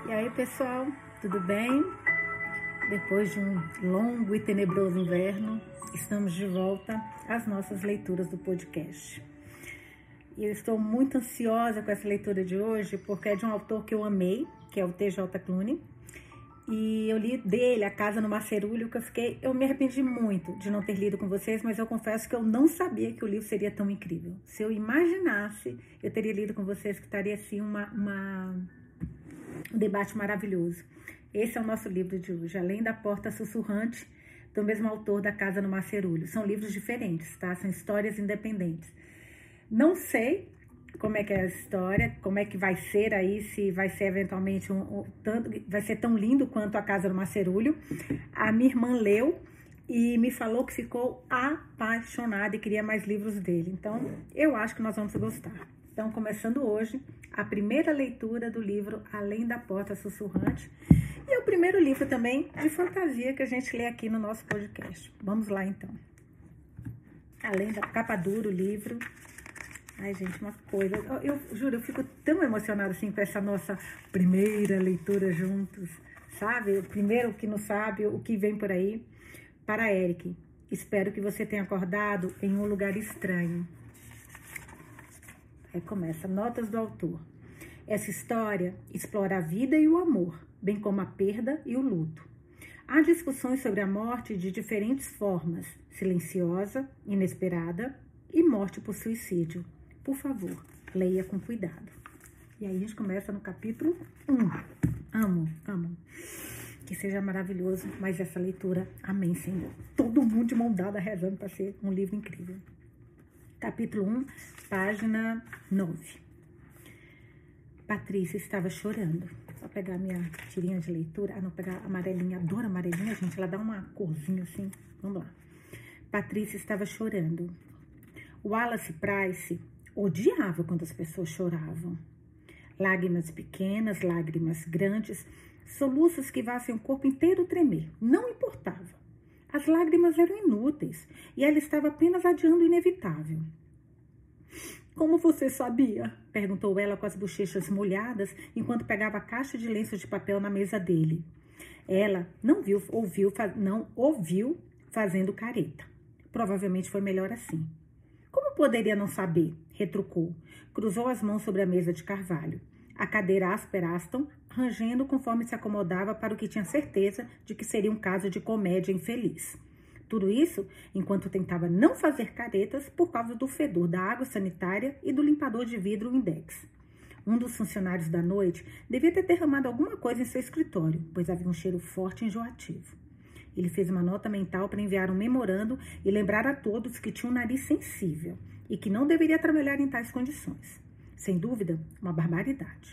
E aí, pessoal, tudo bem? Depois de um longo e tenebroso inverno, estamos de volta às nossas leituras do podcast. E eu estou muito ansiosa com essa leitura de hoje, porque é de um autor que eu amei, que é o T.J. Clune. E eu li dele, A Casa no Macerúlio, que eu me arrependi muito de não ter lido com vocês, mas eu confesso que eu não sabia que o livro seria tão incrível. Se eu imaginasse, eu teria lido com vocês, que estaria assim um debate maravilhoso. Esse é o nosso livro de hoje, Além da Porta Sussurrante, do mesmo autor da Casa no Macerúlio. São livros diferentes, tá? São histórias independentes. Não sei como é que é a história, como é que vai ser aí, se vai ser eventualmente vai ser tão lindo quanto A Casa no Macerúlio. A minha irmã leu e me falou que ficou apaixonada e queria mais livros dele. Então, eu acho que nós vamos gostar. Então, começando hoje, a primeira leitura do livro Além da Porta Sussurrante. E é o primeiro livro também de fantasia que a gente lê aqui no nosso podcast. Vamos lá, então. Além da capa dura, o livro. Ai, gente, uma coisa. Eu juro, eu fico tão emocionada assim com essa nossa primeira leitura juntos, sabe? O primeiro que não sabe o que vem por aí. Para Eric, espero que você tenha acordado em um lugar estranho. Aí começa, notas do autor. Essa história explora a vida e o amor, bem como a perda e o luto. Há discussões sobre a morte de diferentes formas, silenciosa, inesperada e morte por suicídio. Por favor, leia com cuidado. E aí a gente começa no capítulo 1. Amo. Que seja maravilhoso, mas essa leitura, amém, Senhor. Todo mundo de mão dada rezando para ser um livro incrível. Capítulo 1, página 9. Patrícia estava chorando. Vou pegar minha tirinha de leitura. Não, pegar a amarelinha. Adoro amarelinha, gente. Ela dá uma corzinha assim. Vamos lá. Patrícia estava chorando. Wallace Price odiava quando as pessoas choravam. Lágrimas pequenas, lágrimas grandes, soluços que fazem o corpo inteiro tremer. Não importava. As lágrimas eram inúteis e ela estava apenas adiando o inevitável. Como você sabia? Perguntou ela com as bochechas molhadas enquanto pegava a caixa de lenços de papel na mesa dele. Ela não ouviu fazendo careta. Provavelmente foi melhor assim. Como poderia não saber? Retrucou. Cruzou as mãos sobre a mesa de carvalho. A cadeira áspera Aston, rangendo conforme se acomodava para o que tinha certeza de que seria um caso de comédia infeliz. Tudo isso enquanto tentava não fazer caretas por causa do fedor da água sanitária e do limpador de vidro Index. Um dos funcionários da noite devia ter derramado alguma coisa em seu escritório, pois havia um cheiro forte e enjoativo. Ele fez uma nota mental para enviar um memorando e lembrar a todos que tinha um nariz sensível e que não deveria trabalhar em tais condições. Sem dúvida, uma barbaridade.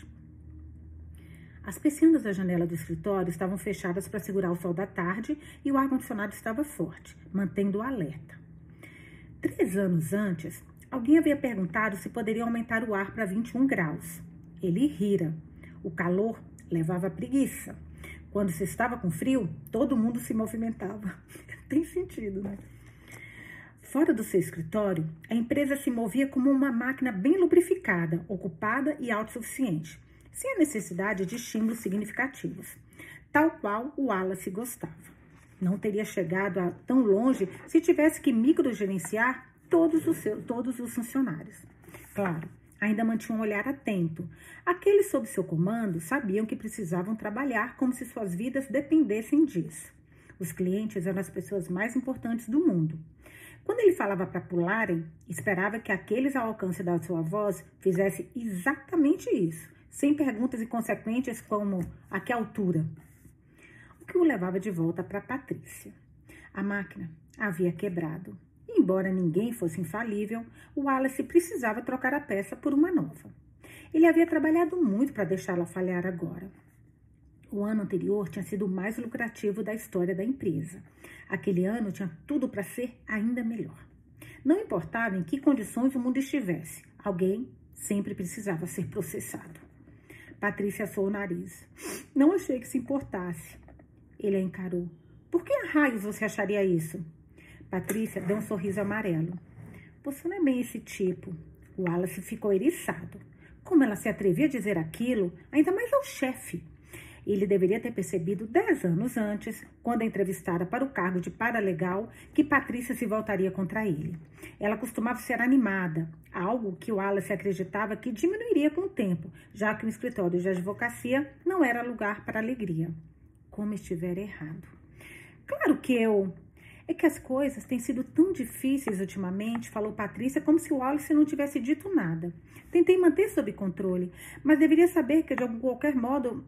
As persianas da janela do escritório estavam fechadas para segurar o sol da tarde e o ar-condicionado estava forte, mantendo-o alerta. 3 anos antes, alguém havia perguntado se poderia aumentar o ar para 21 graus. Ele rira. O calor levava à preguiça. Quando se estava com frio, todo mundo se movimentava. Tem sentido, né? Fora do seu escritório, a empresa se movia como uma máquina bem lubrificada, ocupada e autossuficiente, sem a necessidade de estímulos significativos, tal qual o Wallace gostava. Não teria chegado a tão longe se tivesse que microgerenciar todos os funcionários. Claro, ainda mantinha um olhar atento. Aqueles sob seu comando sabiam que precisavam trabalhar como se suas vidas dependessem disso. Os clientes eram as pessoas mais importantes do mundo. Quando ele falava para pularem, esperava que aqueles ao alcance da sua voz fizessem exatamente isso, sem perguntas inconsequentes como a que altura. O que o levava de volta para Patrícia. A máquina havia quebrado. E, embora ninguém fosse infalível, o Wallace precisava trocar a peça por uma nova. Ele havia trabalhado muito para deixá-la falhar agora. O ano anterior tinha sido o mais lucrativo da história da empresa. Aquele ano tinha tudo para ser ainda melhor. Não importava em que condições o mundo estivesse, alguém sempre precisava ser processado. Patrícia assou o nariz. Não achei que se importasse. Ele a encarou. Por que raios você acharia isso? Patrícia deu um sorriso amarelo. Você não é bem esse tipo. O Wallace ficou eriçado. Como ela se atrevia a dizer aquilo, ainda mais ao chefe? Ele deveria ter percebido 10 anos antes, quando a entrevistara para o cargo de paralegal, que Patrícia se voltaria contra ele. Ela costumava ser animada, algo que o Wallace acreditava que diminuiria com o tempo, já que o escritório de advocacia não era lugar para alegria. Como estivera errado. Claro que É que as coisas têm sido tão difíceis ultimamente, falou Patrícia, como se o Wallace não tivesse dito nada. Tentei manter sob controle, mas deveria saber que de qualquer modo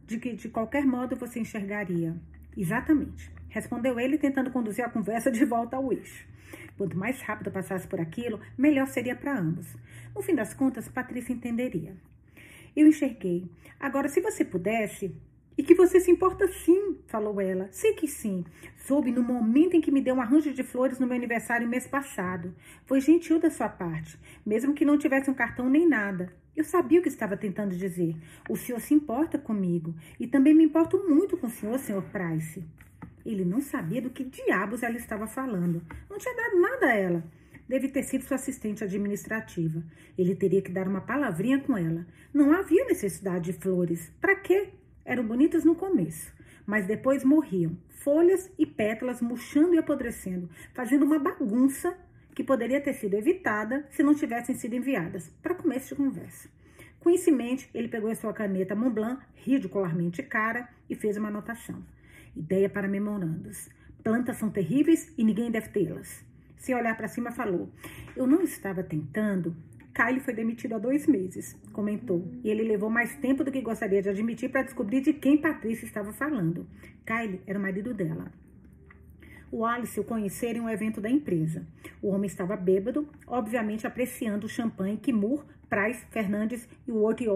você enxergaria. Exatamente, respondeu ele, tentando conduzir a conversa de volta ao eixo. Quanto mais rápido passasse por aquilo, melhor seria para ambos. No fim das contas, Patrícia entenderia. Eu enxerguei. Agora, se você pudesse... E que você se importa sim, falou ela. Sei que sim. Soube no momento em que me deu um arranjo de flores no meu aniversário mês passado. Foi gentil da sua parte, mesmo que não tivesse um cartão nem nada. Eu sabia o que estava tentando dizer. O senhor se importa comigo. E também me importo muito com o senhor Price. Ele não sabia do que diabos ela estava falando. Não tinha dado nada a ela. Deve ter sido sua assistente administrativa. Ele teria que dar uma palavrinha com ela. Não havia necessidade de flores. Para quê? Eram bonitas no começo, mas depois morriam, folhas e pétalas murchando e apodrecendo, fazendo uma bagunça que poderia ter sido evitada se não tivessem sido enviadas, para começo de conversa. Com isso em mente, ele pegou a sua caneta Montblanc, ridicularmente cara, e fez uma anotação. Ideia para memorandos. Plantas são terríveis e ninguém deve tê-las. Sem olhar para cima, falou. Eu não estava tentando... Kyle foi demitido há 2 meses, comentou, e ele levou mais tempo do que gostaria de admitir para descobrir de quem Patrícia estava falando. Kyle era o marido dela. O Wallace o conheceram em um evento da empresa. O homem estava bêbado, obviamente apreciando o champanhe que Moore, Price, Fernandes e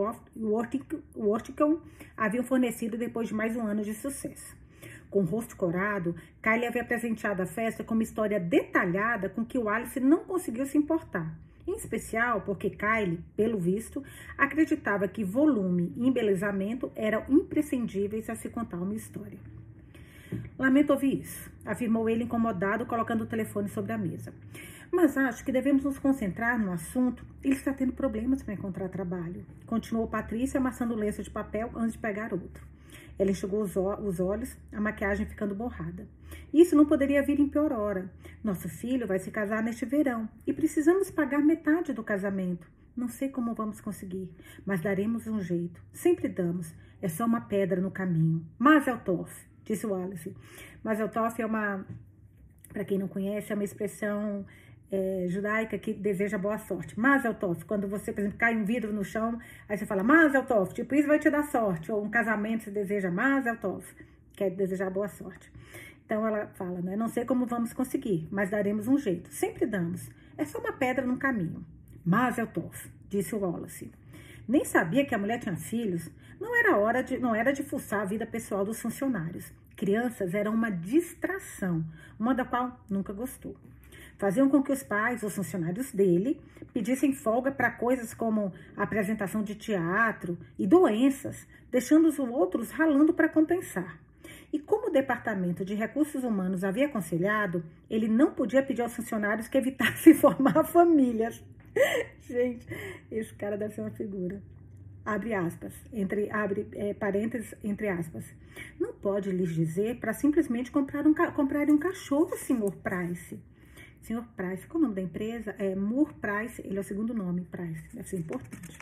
Worthington haviam fornecido depois de mais um ano de sucesso. Com o rosto corado, Kyle havia presenteado a festa com uma história detalhada com que o Wallace não conseguiu se importar. Em especial porque Kyle, pelo visto, acreditava que volume e embelezamento eram imprescindíveis a se contar uma história. Lamento ouvir isso, afirmou ele incomodado, colocando o telefone sobre a mesa. Mas acho que devemos nos concentrar no assunto. Ele está tendo problemas para encontrar trabalho. Continuou Patrícia, amassando o lenço de papel antes de pegar outro. Ela enxugou os olhos, a maquiagem ficando borrada. Isso não poderia vir em pior hora. Nosso filho vai se casar neste verão e precisamos pagar metade do casamento. Não sei como vamos conseguir, mas daremos um jeito. Sempre damos. É só uma pedra no caminho. Mazel tov, disse Wallace. Mazel tov é para quem não conhece, é uma expressão judaica que deseja boa sorte. Mazel tov, quando você, por exemplo, cai um vidro no chão, aí você fala Mazel tov, tipo, isso vai te dar sorte. Ou um casamento, você deseja Mazel tov, quer desejar boa sorte. Então ela fala, né? Não sei como vamos conseguir, mas daremos um jeito. Sempre damos. É só uma pedra no caminho. Mazel tov, disse o Wallace. Nem sabia que a mulher tinha filhos. Não era de fuçar a vida pessoal dos funcionários. Crianças eram uma distração, uma da qual nunca gostou. Faziam com que os pais, os funcionários dele, pedissem folga para coisas como a apresentação de teatro e doenças, deixando os outros ralando para compensar. E como o Departamento de Recursos Humanos havia aconselhado, ele não podia pedir aos funcionários que evitassem formar famílias. Gente, esse cara deve ser uma figura. Abre aspas, parênteses, entre aspas. Não pode lhes dizer para simplesmente comprarem um cachorro, Sr. Price. Sr. Price, qual é o nome da empresa? Moore Price, ele é o segundo nome, Price, deve ser importante.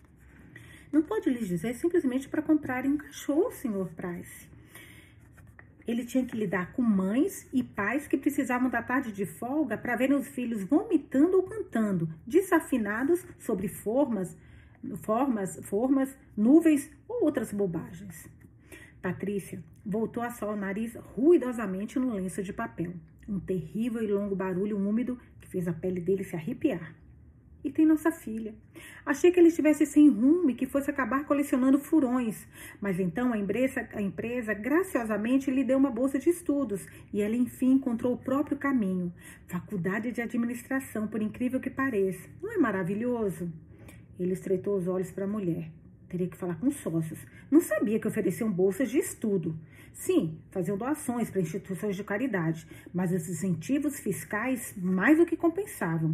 Não pode lhes dizer simplesmente para comprarem um cachorro, Sr. Price. Ele tinha que lidar com mães e pais que precisavam da tarde de folga para verem os filhos vomitando ou cantando, desafinados sobre formas, nuvens ou outras bobagens. Patrícia voltou a assoar o nariz ruidosamente no lenço de papel. Um terrível e longo barulho úmido que fez a pele dele se arrepiar. E tem nossa filha. Achei que ele estivesse sem rumo e que fosse acabar colecionando furões. Mas então a empresa graciosamente lhe deu uma bolsa de estudos e ela enfim encontrou o próprio caminho. Faculdade de administração, por incrível que pareça. Não é maravilhoso? Ele estreitou os olhos para a mulher. Teria que falar com sócios. Não sabia que ofereciam bolsas de estudo. Sim, faziam doações para instituições de caridade, mas os incentivos fiscais mais do que compensavam.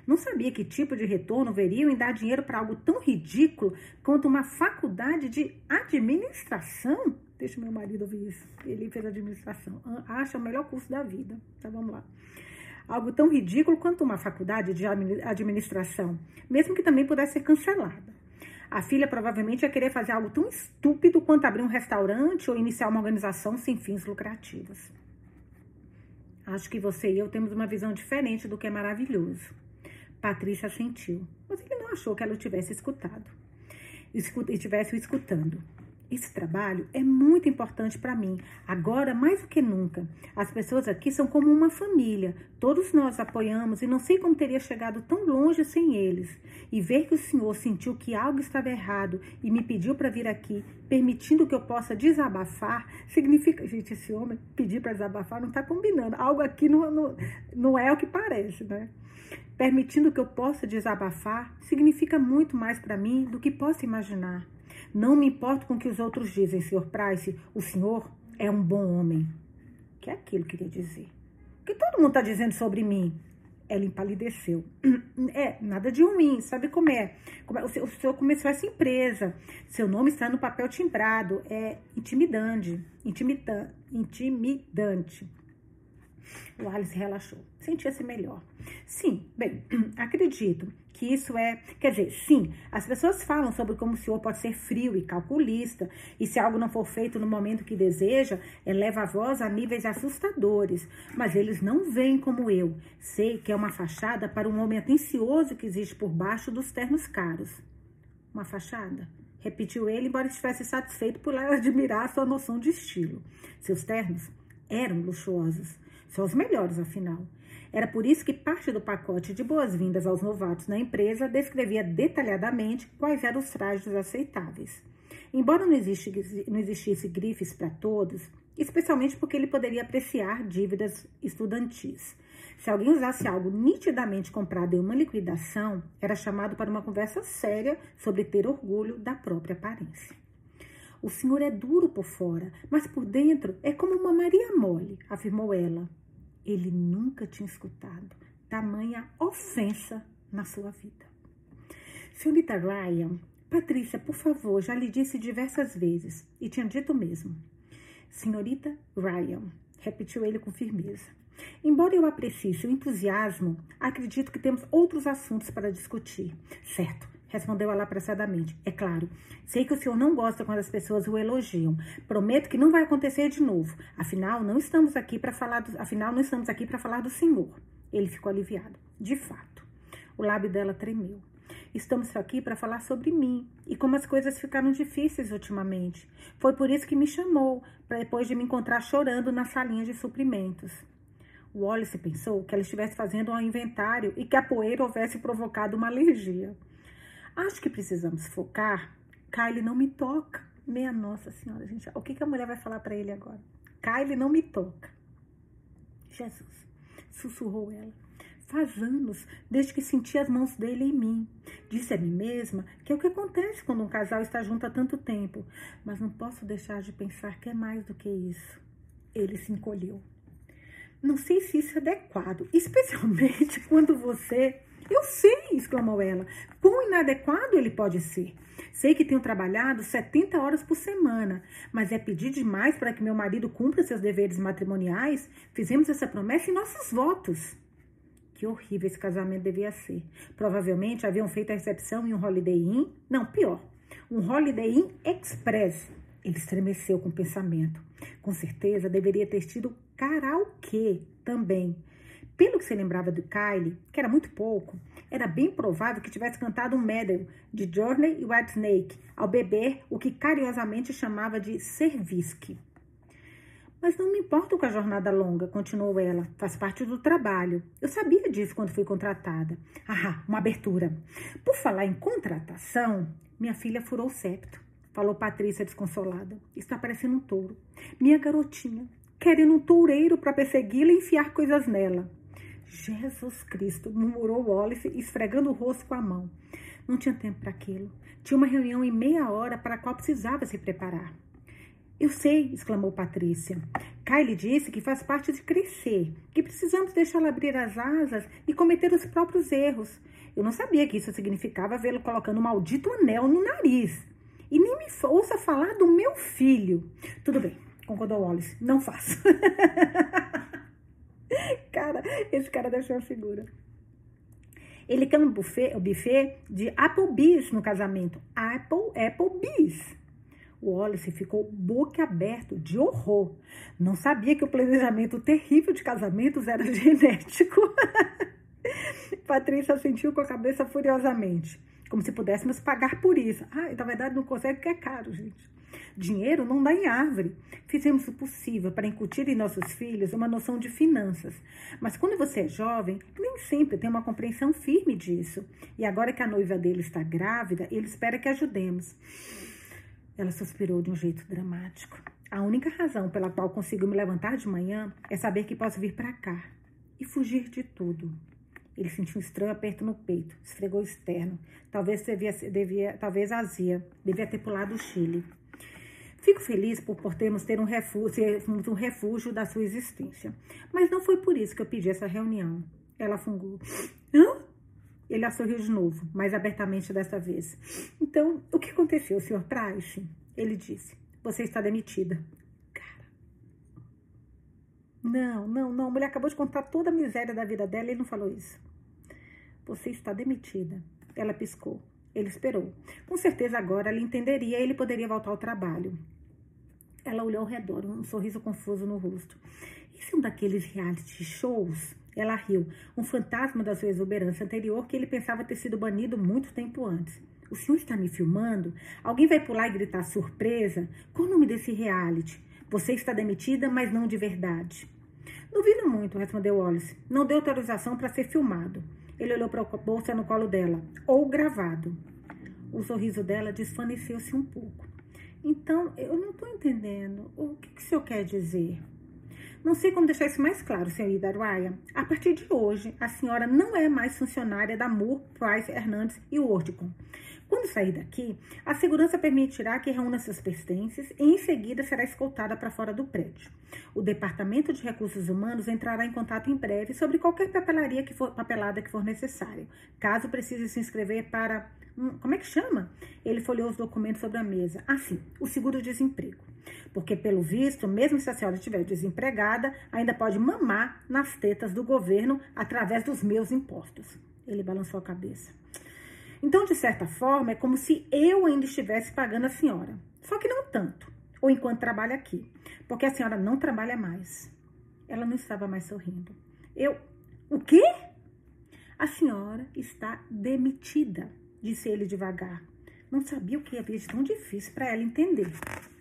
Não sabia que tipo de retorno veriam em dar dinheiro para algo tão ridículo quanto uma faculdade de administração. Deixa meu marido ouvir isso. Ele fez administração. Acha o melhor curso da vida. Então, vamos lá. Algo tão ridículo quanto uma faculdade de administração, mesmo que também pudesse ser cancelada. A filha provavelmente ia querer fazer algo tão estúpido quanto abrir um restaurante ou iniciar uma organização sem fins lucrativos. Acho que você e eu temos uma visão diferente do que é maravilhoso. Patrícia assentiu, mas ele não achou que ela o tivesse escutado. Estivesse o escutando. Esse trabalho é muito importante para mim, agora mais do que nunca. As pessoas aqui são como uma família, todos nós apoiamos e não sei como teria chegado tão longe sem eles. E ver que o senhor sentiu que algo estava errado e me pediu para vir aqui, permitindo que eu possa desabafar, significa... Gente, esse homem pedir para desabafar não está combinando, algo aqui não é o que parece, né? Permitindo que eu possa desabafar, significa muito mais para mim do que posso imaginar. Não me importo com o que os outros dizem, Sr. Price. O senhor é um bom homem. O que é aquilo que queria dizer? O que todo mundo está dizendo sobre mim? Ela empalideceu. Nada de ruim, sabe como é? O senhor começou essa empresa. Seu nome está no papel timbrado. É intimidante. O Alice relaxou. Sentia-se melhor. Sim, bem, acredito que isso é... Quer dizer, sim, as pessoas falam sobre como o senhor pode ser frio e calculista, e se algo não for feito no momento que deseja, eleva a voz a níveis assustadores. Mas eles não veem como eu. Sei que é uma fachada para um homem atencioso que existe por baixo dos ternos caros. Uma fachada? Repetiu ele, embora estivesse satisfeito por ela admirar sua noção de estilo. Seus ternos eram luxuosos. São os melhores, afinal. Era por isso que parte do pacote de boas-vindas aos novatos na empresa descrevia detalhadamente quais eram os trajes aceitáveis. Embora não existisse grifes para todos, especialmente porque ele poderia apreciar dívidas estudantis. Se alguém usasse algo nitidamente comprado em uma liquidação, era chamado para uma conversa séria sobre ter orgulho da própria aparência. O senhor é duro por fora, mas por dentro é como uma Maria mole, afirmou ela. Ele nunca tinha escutado tamanha ofensa na sua vida. Senhorita Ryan, Patrícia, por favor, já lhe disse diversas vezes, e tinha dito mesmo. Senhorita Ryan, repetiu ele com firmeza. Embora eu aprecie seu entusiasmo, acredito que temos outros assuntos para discutir. Certo, respondeu ela apressadamente. É claro, sei que o senhor não gosta quando as pessoas o elogiam. Prometo que não vai acontecer de novo. Afinal, não estamos aqui para falar do senhor. Ele ficou aliviado. De fato. O lábio dela tremeu. Estamos aqui para falar sobre mim e como as coisas ficaram difíceis ultimamente. Foi por isso que me chamou, para depois de me encontrar chorando na salinha de suprimentos. O Wallace pensou que ela estivesse fazendo um inventário e que a poeira houvesse provocado uma alergia. Acho que precisamos focar. Kylie não me toca. Minha Nossa Senhora, gente. O que a mulher vai falar para ele agora? Kylie não me toca. Jesus, sussurrou ela. Faz anos, desde que senti as mãos dele em mim. Disse a mim mesma que é o que acontece quando um casal está junto há tanto tempo. Mas não posso deixar de pensar que é mais do que isso. Ele se encolheu. Não sei se isso é adequado, especialmente quando você... Eu sei, exclamou ela. Quão inadequado ele pode ser. Sei que tenho trabalhado 70 horas por semana, mas é pedir demais para que meu marido cumpra seus deveres matrimoniais? Fizemos essa promessa em nossos votos. Que horrível esse casamento devia ser. Provavelmente haviam feito a recepção em um Holiday Inn. Não, pior, um Holiday Inn Express. Ele estremeceu com o pensamento. Com certeza deveria ter tido karaokê também. Pelo que se lembrava de Kylie, que era muito pouco, era bem provável que tivesse cantado um medley de Journey e Whitesnake ao beber o que carinhosamente chamava de serviçque. Mas não me importo com a jornada longa, continuou ela. Faz parte do trabalho. Eu sabia disso quando fui contratada. Ah, uma abertura. Por falar em contratação, minha filha furou o septo, falou Patrícia desconsolada. Está parecendo um touro. Minha garotinha, querendo um toureiro para persegui-la e enfiar coisas nela. Jesus Cristo, murmurou Wallace, esfregando o rosto com a mão. Não tinha tempo para aquilo. Tinha uma reunião em meia hora para a qual precisava se preparar. Eu sei, exclamou Patrícia. Kylie disse que faz parte de crescer, que precisamos deixá-la abrir as asas e cometer os próprios erros. Eu não sabia que isso significava vê-lo colocando um maldito anel no nariz. E nem me ouça falar do meu filho. Tudo bem, concordou Wallace. Não faço. Cara, esse cara deve ser uma figura. Ele quer um buffet de Applebee's no casamento. Applebee's. O Wallace ficou boquiaberto de horror. Não sabia que o planejamento terrível de casamentos era genético. Patrícia sentiu com a cabeça furiosamente, como se pudéssemos pagar por isso. Na verdade não consegue porque é caro, gente. Dinheiro não dá em árvore. Fizemos o possível para incutir em nossos filhos uma noção de finanças. Mas quando você é jovem, nem sempre tem uma compreensão firme disso. E agora que a noiva dele está grávida, ele espera que ajudemos. Ela suspirou de um jeito dramático. A única razão pela qual consigo me levantar de manhã é saber que posso vir para cá e fugir de tudo. Ele sentiu um estranho aperto no peito, esfregou o externo. Talvez azia, devia ter pulado o Chile. Fico feliz por termos um refúgio da sua existência. Mas não foi por isso que eu pedi essa reunião. Ela fungou. Hã? Ele a sorriu de novo, mais abertamente desta vez. Então, o que aconteceu, Sr. Price? Ele disse. Você está demitida. Cara. Não. A mulher acabou de contar toda a miséria da vida dela e ele não falou isso. Você está demitida. Ela piscou. Ele esperou. Com certeza agora ela entenderia e ele poderia voltar ao trabalho. Ela olhou ao redor, um sorriso confuso no rosto. Isso é um daqueles reality shows? Ela riu. Um fantasma da sua exuberância anterior que ele pensava ter sido banido muito tempo antes. O senhor está me filmando? Alguém vai pular e gritar surpresa? Qual o nome desse reality? Você está demitida, mas não de verdade. Duvido muito, respondeu Wallace. Não deu autorização para ser filmado. Ele olhou para a bolsa no colo dela. Ou gravado. O sorriso dela desvaneceu-se um pouco. Então, eu não estou entendendo. O que o senhor quer dizer? Não sei como deixar isso mais claro, senhorita Ryan. A partir de hoje, a senhora não é mais funcionária da Moore, Price, Hernandes e Worthington. Quando sair daqui, a segurança permitirá que reúna seus pertences e em seguida será escoltada para fora do prédio. O Departamento de Recursos Humanos entrará em contato em breve sobre qualquer papelada que for necessário, caso precise se inscrever para... como é que chama? Ele folheou os documentos sobre a mesa. Sim, o seguro-desemprego. Porque, pelo visto, mesmo se a senhora estiver desempregada, ainda pode mamar nas tetas do governo através dos meus impostos. Ele balançou a cabeça. Então, de certa forma, é como se eu ainda estivesse pagando a senhora. Só que não tanto, ou enquanto trabalha aqui. Porque a senhora não trabalha mais. Ela não estava mais sorrindo. O quê? A senhora está demitida, disse ele devagar. Não sabia o que havia de tão difícil para ela entender.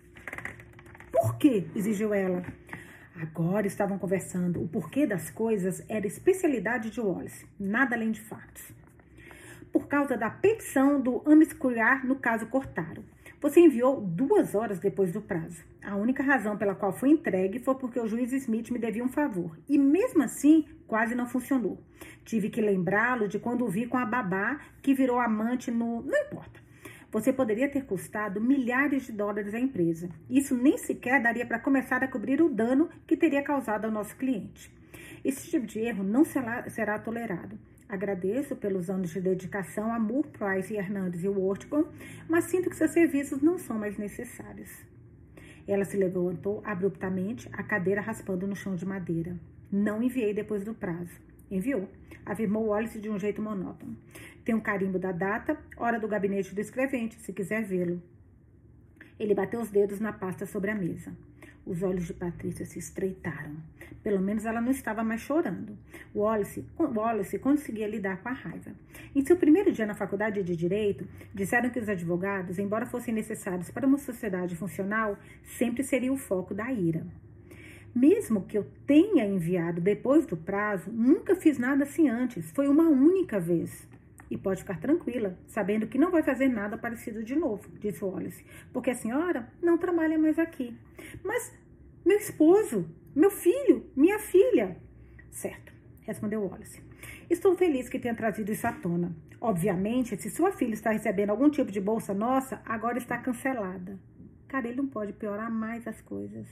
Por quê? Exigiu ela. Agora estavam conversando. O porquê das coisas era especialidade de Wallace, nada além de fatos. Por causa da petição do Amish Courier no caso Cortaro. Você enviou 2 horas depois do prazo. A única razão pela qual foi entregue foi porque o juiz Smith me devia um favor. E mesmo assim, quase não funcionou. Tive que lembrá-lo de quando o vi com a babá que virou amante no... Não importa. Você poderia ter custado milhares de dólares à empresa. Isso nem sequer daria para começar a cobrir o dano que teria causado ao nosso cliente. Esse tipo de erro não será tolerado. Agradeço pelos anos de dedicação a Moore, Price, Hernandes e Worthington, mas sinto que seus serviços não são mais necessários. Ela se levantou abruptamente, a cadeira raspando no chão de madeira. Não enviei depois do prazo. Enviou, afirmou Wallace de um jeito monótono. Tem um carimbo da data, hora do gabinete do escrevente, se quiser vê-lo. Ele bateu os dedos na pasta sobre a mesa. Os olhos de Patrícia se estreitaram. Pelo menos ela não estava mais chorando. Wallace conseguia lidar com a raiva. Em seu primeiro dia na faculdade de Direito, disseram que os advogados, embora fossem necessários para uma sociedade funcional, sempre seriam o foco da ira. Mesmo que eu tenha enviado depois do prazo, nunca fiz nada assim antes. Foi uma única vez. E pode ficar tranquila, sabendo que não vai fazer nada parecido de novo, disse Wallace, porque a senhora não trabalha mais aqui. Mas meu esposo, meu filho, minha filha. Certo, respondeu Wallace. Estou feliz que tenha trazido isso à tona. Obviamente, se sua filha está recebendo algum tipo de bolsa nossa, agora está cancelada. Cara, ele não pode piorar mais as coisas.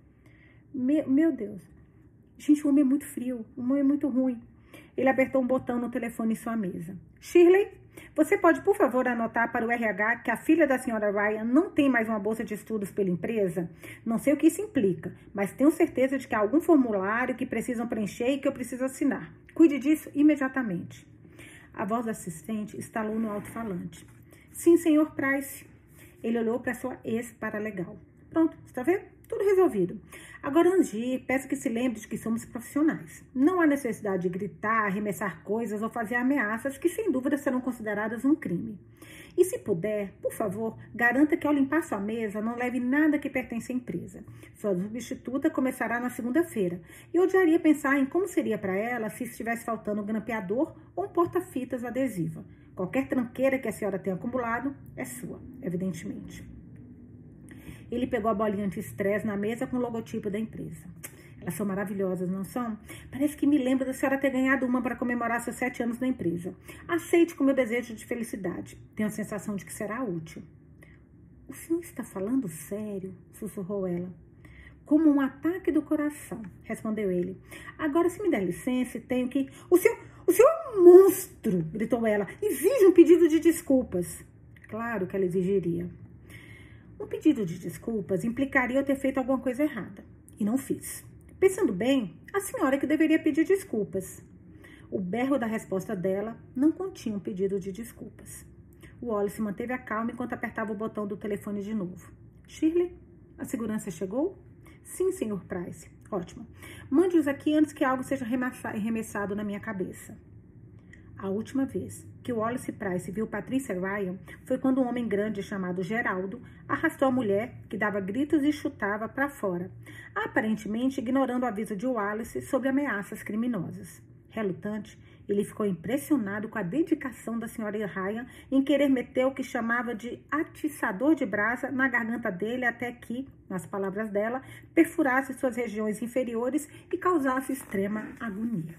Meu Deus. Gente, o homem é muito frio. O homem é muito ruim. Ele apertou um botão no telefone em sua mesa. Shirley, você pode, por favor, anotar para o RH que a filha da senhora Ryan não tem mais uma bolsa de estudos pela empresa? Não sei o que isso implica, mas tenho certeza de que há algum formulário que precisam preencher e que eu preciso assinar. Cuide disso imediatamente. A voz do assistente estalou no alto-falante. Sim, senhor Price. Ele olhou para sua ex-paralegal. Pronto, está vendo? Tudo resolvido. Agora, antes de ir, peço que se lembre de que somos profissionais. Não há necessidade de gritar, arremessar coisas ou fazer ameaças que, sem dúvida, serão consideradas um crime. E, se puder, por favor, garanta que, ao limpar sua mesa, não leve nada que pertence à empresa. Sua substituta começará na segunda-feira. E eu odiaria pensar em como seria para ela se estivesse faltando um grampeador ou um porta-fitas adesiva. Qualquer tranqueira que a senhora tenha acumulado é sua, evidentemente. Ele pegou a bolinha anti-estresse na mesa com o logotipo da empresa. Elas são maravilhosas, não são? Parece que me lembro da senhora ter ganhado uma para comemorar seus 7 anos na empresa. Aceite com meu desejo de felicidade. Tenho a sensação de que será útil. O senhor está falando sério? Sussurrou ela. Como um ataque do coração, respondeu ele. Agora, se me der licença, tenho que... O senhor é um monstro, gritou ela. Exige um pedido de desculpas. Claro que ela exigiria. Um pedido de desculpas implicaria eu ter feito alguma coisa errada. E não fiz. Pensando bem, a senhora que deveria pedir desculpas. O berro da resposta dela não continha um pedido de desculpas. O Wallace manteve a calma enquanto apertava o botão do telefone de novo. Shirley, a segurança chegou? Sim, senhor Price. Ótimo. Mande-os aqui antes que algo seja arremessado na minha cabeça. A última vez que o Wallace Price viu Patricia Ryan foi quando um homem grande chamado Geraldo arrastou a mulher, que dava gritos e chutava, para fora, aparentemente ignorando o aviso de Wallace sobre ameaças criminosas. Relutante, ele ficou impressionado com a dedicação da senhora Ryan em querer meter o que chamava de atiçador de brasa na garganta dele até que, nas palavras dela, perfurasse suas regiões inferiores e causasse extrema agonia.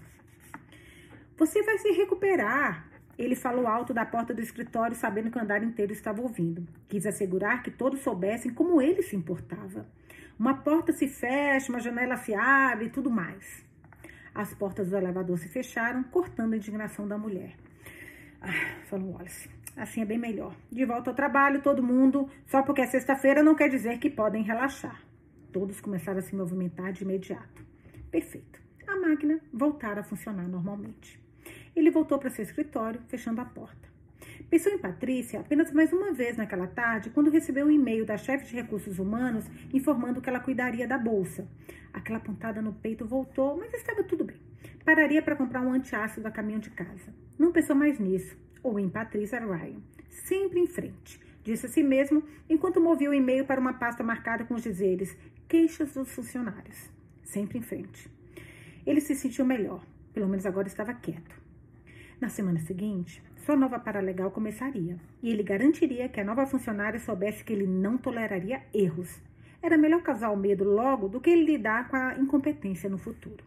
Você vai se recuperar, ele falou alto da porta do escritório, sabendo que o andar inteiro estava ouvindo. Quis assegurar que todos soubessem como ele se importava. Uma porta se fecha, uma janela se abre e tudo mais. As portas do elevador se fecharam, cortando a indignação da mulher. Falou Wallace. Assim é bem melhor. De volta ao trabalho, todo mundo, só porque é sexta-feira não quer dizer que podem relaxar. Todos começaram a se movimentar de imediato. Perfeito. A máquina voltara a funcionar normalmente. Ele voltou para seu escritório, fechando a porta. Pensou em Patrícia apenas mais uma vez naquela tarde, quando recebeu um e-mail da chefe de recursos humanos informando que ela cuidaria da bolsa. Aquela pontada no peito voltou, mas estava tudo bem. Pararia para comprar um antiácido a caminho de casa. Não pensou mais nisso, ou em Patricia Ryan. Sempre em frente, disse a si mesmo, enquanto movia o e-mail para uma pasta marcada com os dizeres queixas dos funcionários. Sempre em frente. Ele se sentiu melhor, pelo menos agora estava quieto. Na semana seguinte, sua nova paralegal começaria, e ele garantiria que a nova funcionária soubesse que ele não toleraria erros. Era melhor causar o medo logo do que ele lidar com a incompetência no futuro.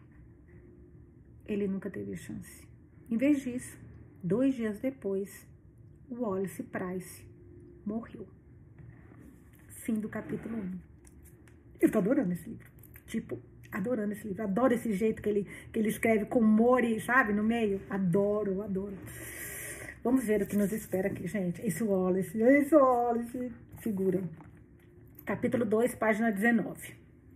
Ele nunca teve chance. Em vez disso, 2 dias depois, o Wallace Price morreu. Fim do capítulo 1. Eu tô adorando esse livro. Adorando esse livro. Adoro esse jeito que ele escreve com humor e, sabe, no meio. Adoro. Vamos ver o que nos espera aqui, gente. Esse Wallace, figura. Capítulo 2, página 19.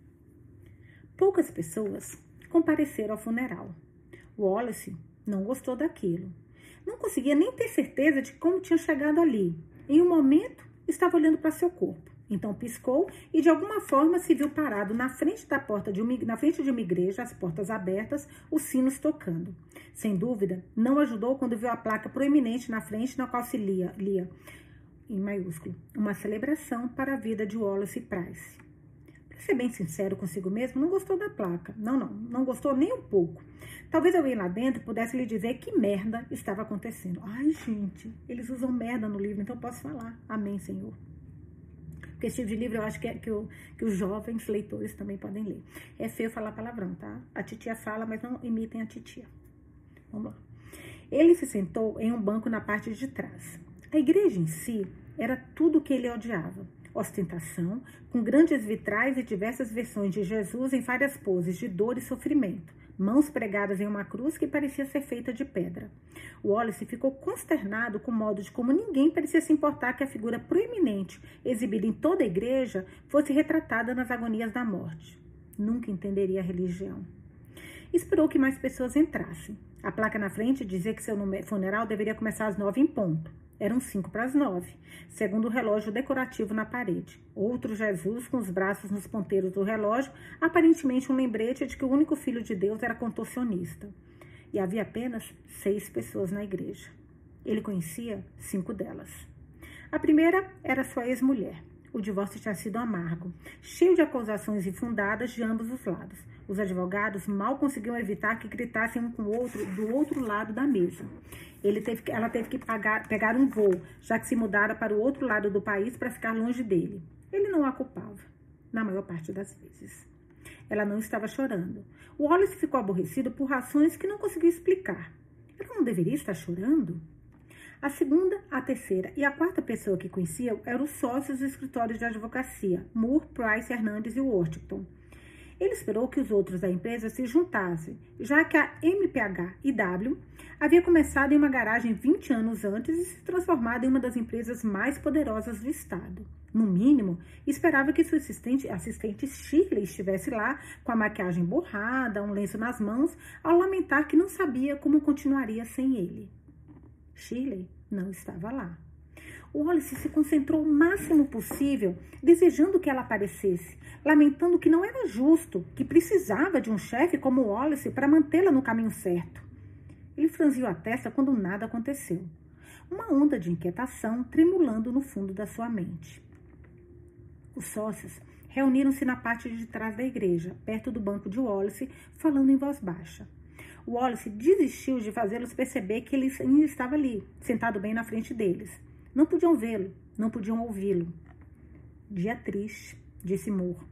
Poucas pessoas compareceram ao funeral. Wallace não gostou daquilo. Não conseguia nem ter certeza de como tinha chegado ali. Em um momento, estava olhando para seu corpo. Então piscou e de alguma forma se viu parado na frente da porta na frente de uma igreja, as portas abertas, os sinos tocando. Sem dúvida, não ajudou quando viu a placa proeminente na frente, na qual se lia em maiúsculo, uma celebração para a vida de Wallace Price. Para ser bem sincero consigo mesmo, não gostou da placa. Não gostou nem um pouco. Talvez alguém lá dentro pudesse lhe dizer que merda estava acontecendo. Ai, gente, eles usam merda no livro, então eu posso falar. Amém, Senhor. Porque esse tipo de livro eu acho que os jovens leitores também podem ler. É feio falar palavrão, tá? A titia fala, mas não imitem a titia. Vamos lá. Ele se sentou em um banco na parte de trás. A igreja em si era tudo o que ele odiava. ostentação, com grandes vitrais e diversas versões de Jesus em várias poses de dor e sofrimento, mãos pregadas em uma cruz que parecia ser feita de pedra. Wallace ficou consternado com o modo de como ninguém parecia se importar que a figura proeminente, exibida em toda a igreja, fosse retratada nas agonias da morte. Nunca entenderia a religião. Esperou que mais pessoas entrassem. A placa na frente dizia que seu funeral deveria começar às 9 em ponto. Eram 5 para as 9, segundo o relógio decorativo na parede. Outro Jesus com os braços nos ponteiros do relógio, aparentemente um lembrete de que o único filho de Deus era contorcionista. E havia apenas 6 pessoas na igreja. Ele conhecia 5 delas. A primeira era sua ex-mulher. O divórcio tinha sido amargo, cheio de acusações infundadas de ambos os lados. Os advogados mal conseguiam evitar que gritassem um com o outro do outro lado da mesa. Ela teve que pegar um voo, já que se mudara para o outro lado do país para ficar longe dele. Ele não a culpava, na maior parte das vezes. Ela não estava chorando. O Wallace ficou aborrecido por razões que não conseguiu explicar. Ela não deveria estar chorando? A segunda, a terceira e a quarta pessoa que conhecia eram os sócios do escritório de advocacia, Moore, Price, Hernandes e Washington. Ele esperou que os outros da empresa se juntassem, já que a MPH&W havia começado em uma garagem 20 anos antes e se transformado em uma das empresas mais poderosas do estado. No mínimo, esperava que sua assistente Shirley estivesse lá com a maquiagem borrada, um lenço nas mãos, ao lamentar que não sabia como continuaria sem ele. Shirley não estava lá. Wallace se concentrou o máximo possível, desejando que ela aparecesse, lamentando que não era justo, que precisava de um chefe como Wallace para mantê-la no caminho certo. Ele franziu a testa quando nada aconteceu. Uma onda de inquietação tremulando no fundo da sua mente. Os sócios reuniram-se na parte de trás da igreja, perto do banco de Wallace, falando em voz baixa. Wallace desistiu de fazê-los perceber que ele ainda estava ali, sentado bem na frente deles. Não podiam vê-lo, não podiam ouvi-lo. Dia triste, disse Moore.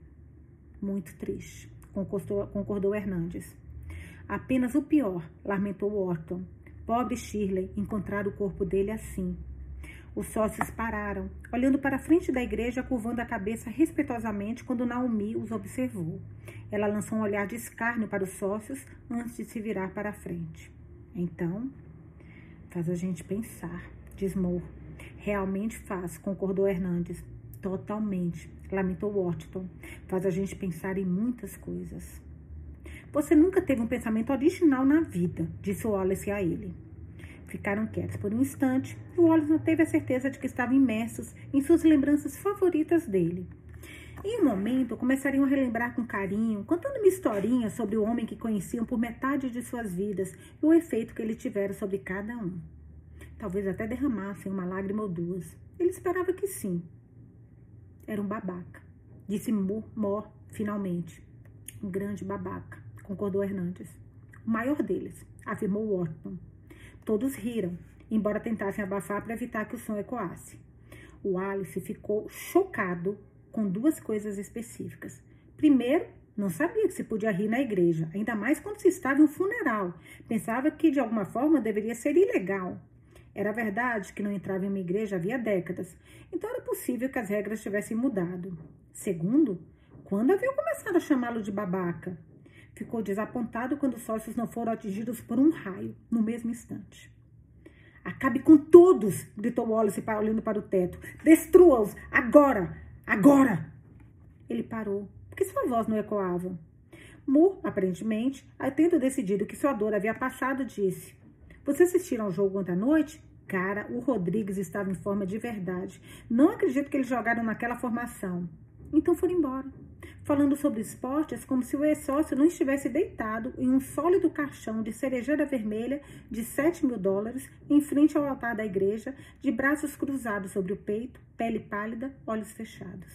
Muito triste, concordou Hernandes. Apenas o pior, lamentou Wharton. Pobre Shirley, encontrar o corpo dele assim. Os sócios pararam, olhando para a frente da igreja, curvando a cabeça respeitosamente quando Naomi os observou. Ela lançou um olhar de escárnio para os sócios antes de se virar para a frente. Então, faz a gente pensar, diz Moore. Realmente faz, concordou Hernandes. Totalmente, lamentou Washington. Faz a gente pensar em muitas coisas. Você nunca teve um pensamento original na vida, disse Wallace a ele. Ficaram quietos por um instante e Wallace não teve a certeza de que estavam imersos em suas lembranças favoritas dele. Em um momento, começariam a relembrar com carinho, contando uma historinha sobre o homem que conheciam por metade de suas vidas e o efeito que ele tivera sobre cada um. Talvez até derramassem uma lágrima ou duas. Ele esperava que sim. Era um babaca, disse Moore finalmente. Um grande babaca, concordou Hernandes. O maior deles, afirmou Wharton. Todos riram, embora tentassem abafar para evitar que o som ecoasse. O Wallace ficou chocado com duas coisas específicas. Primeiro, não sabia que se podia rir na igreja, ainda mais quando se estava em um funeral. Pensava que, de alguma forma, deveria ser ilegal. Era verdade que não entrava em uma igreja havia décadas, então era possível que as regras tivessem mudado. Segundo, quando haviam começado a chamá-lo de babaca? Ficou desapontado quando os sócios não foram atingidos por um raio, no mesmo instante. Acabe com todos, gritou Wallace olhando para o teto. Destrua-os, agora, agora! Ele parou, porque sua voz não ecoava. Moore, aparentemente, tendo decidido que sua dor havia passado, disse: Vocês assistiram ao jogo ontem à noite? Cara, o Rodrigues estava em forma de verdade. Não acredito que eles jogaram naquela formação. Então foram embora, falando sobre esportes como se o ex-sócio não estivesse deitado em um sólido caixão de cerejeira vermelha de $7.000 em frente ao altar da igreja, de braços cruzados sobre o peito, pele pálida, olhos fechados.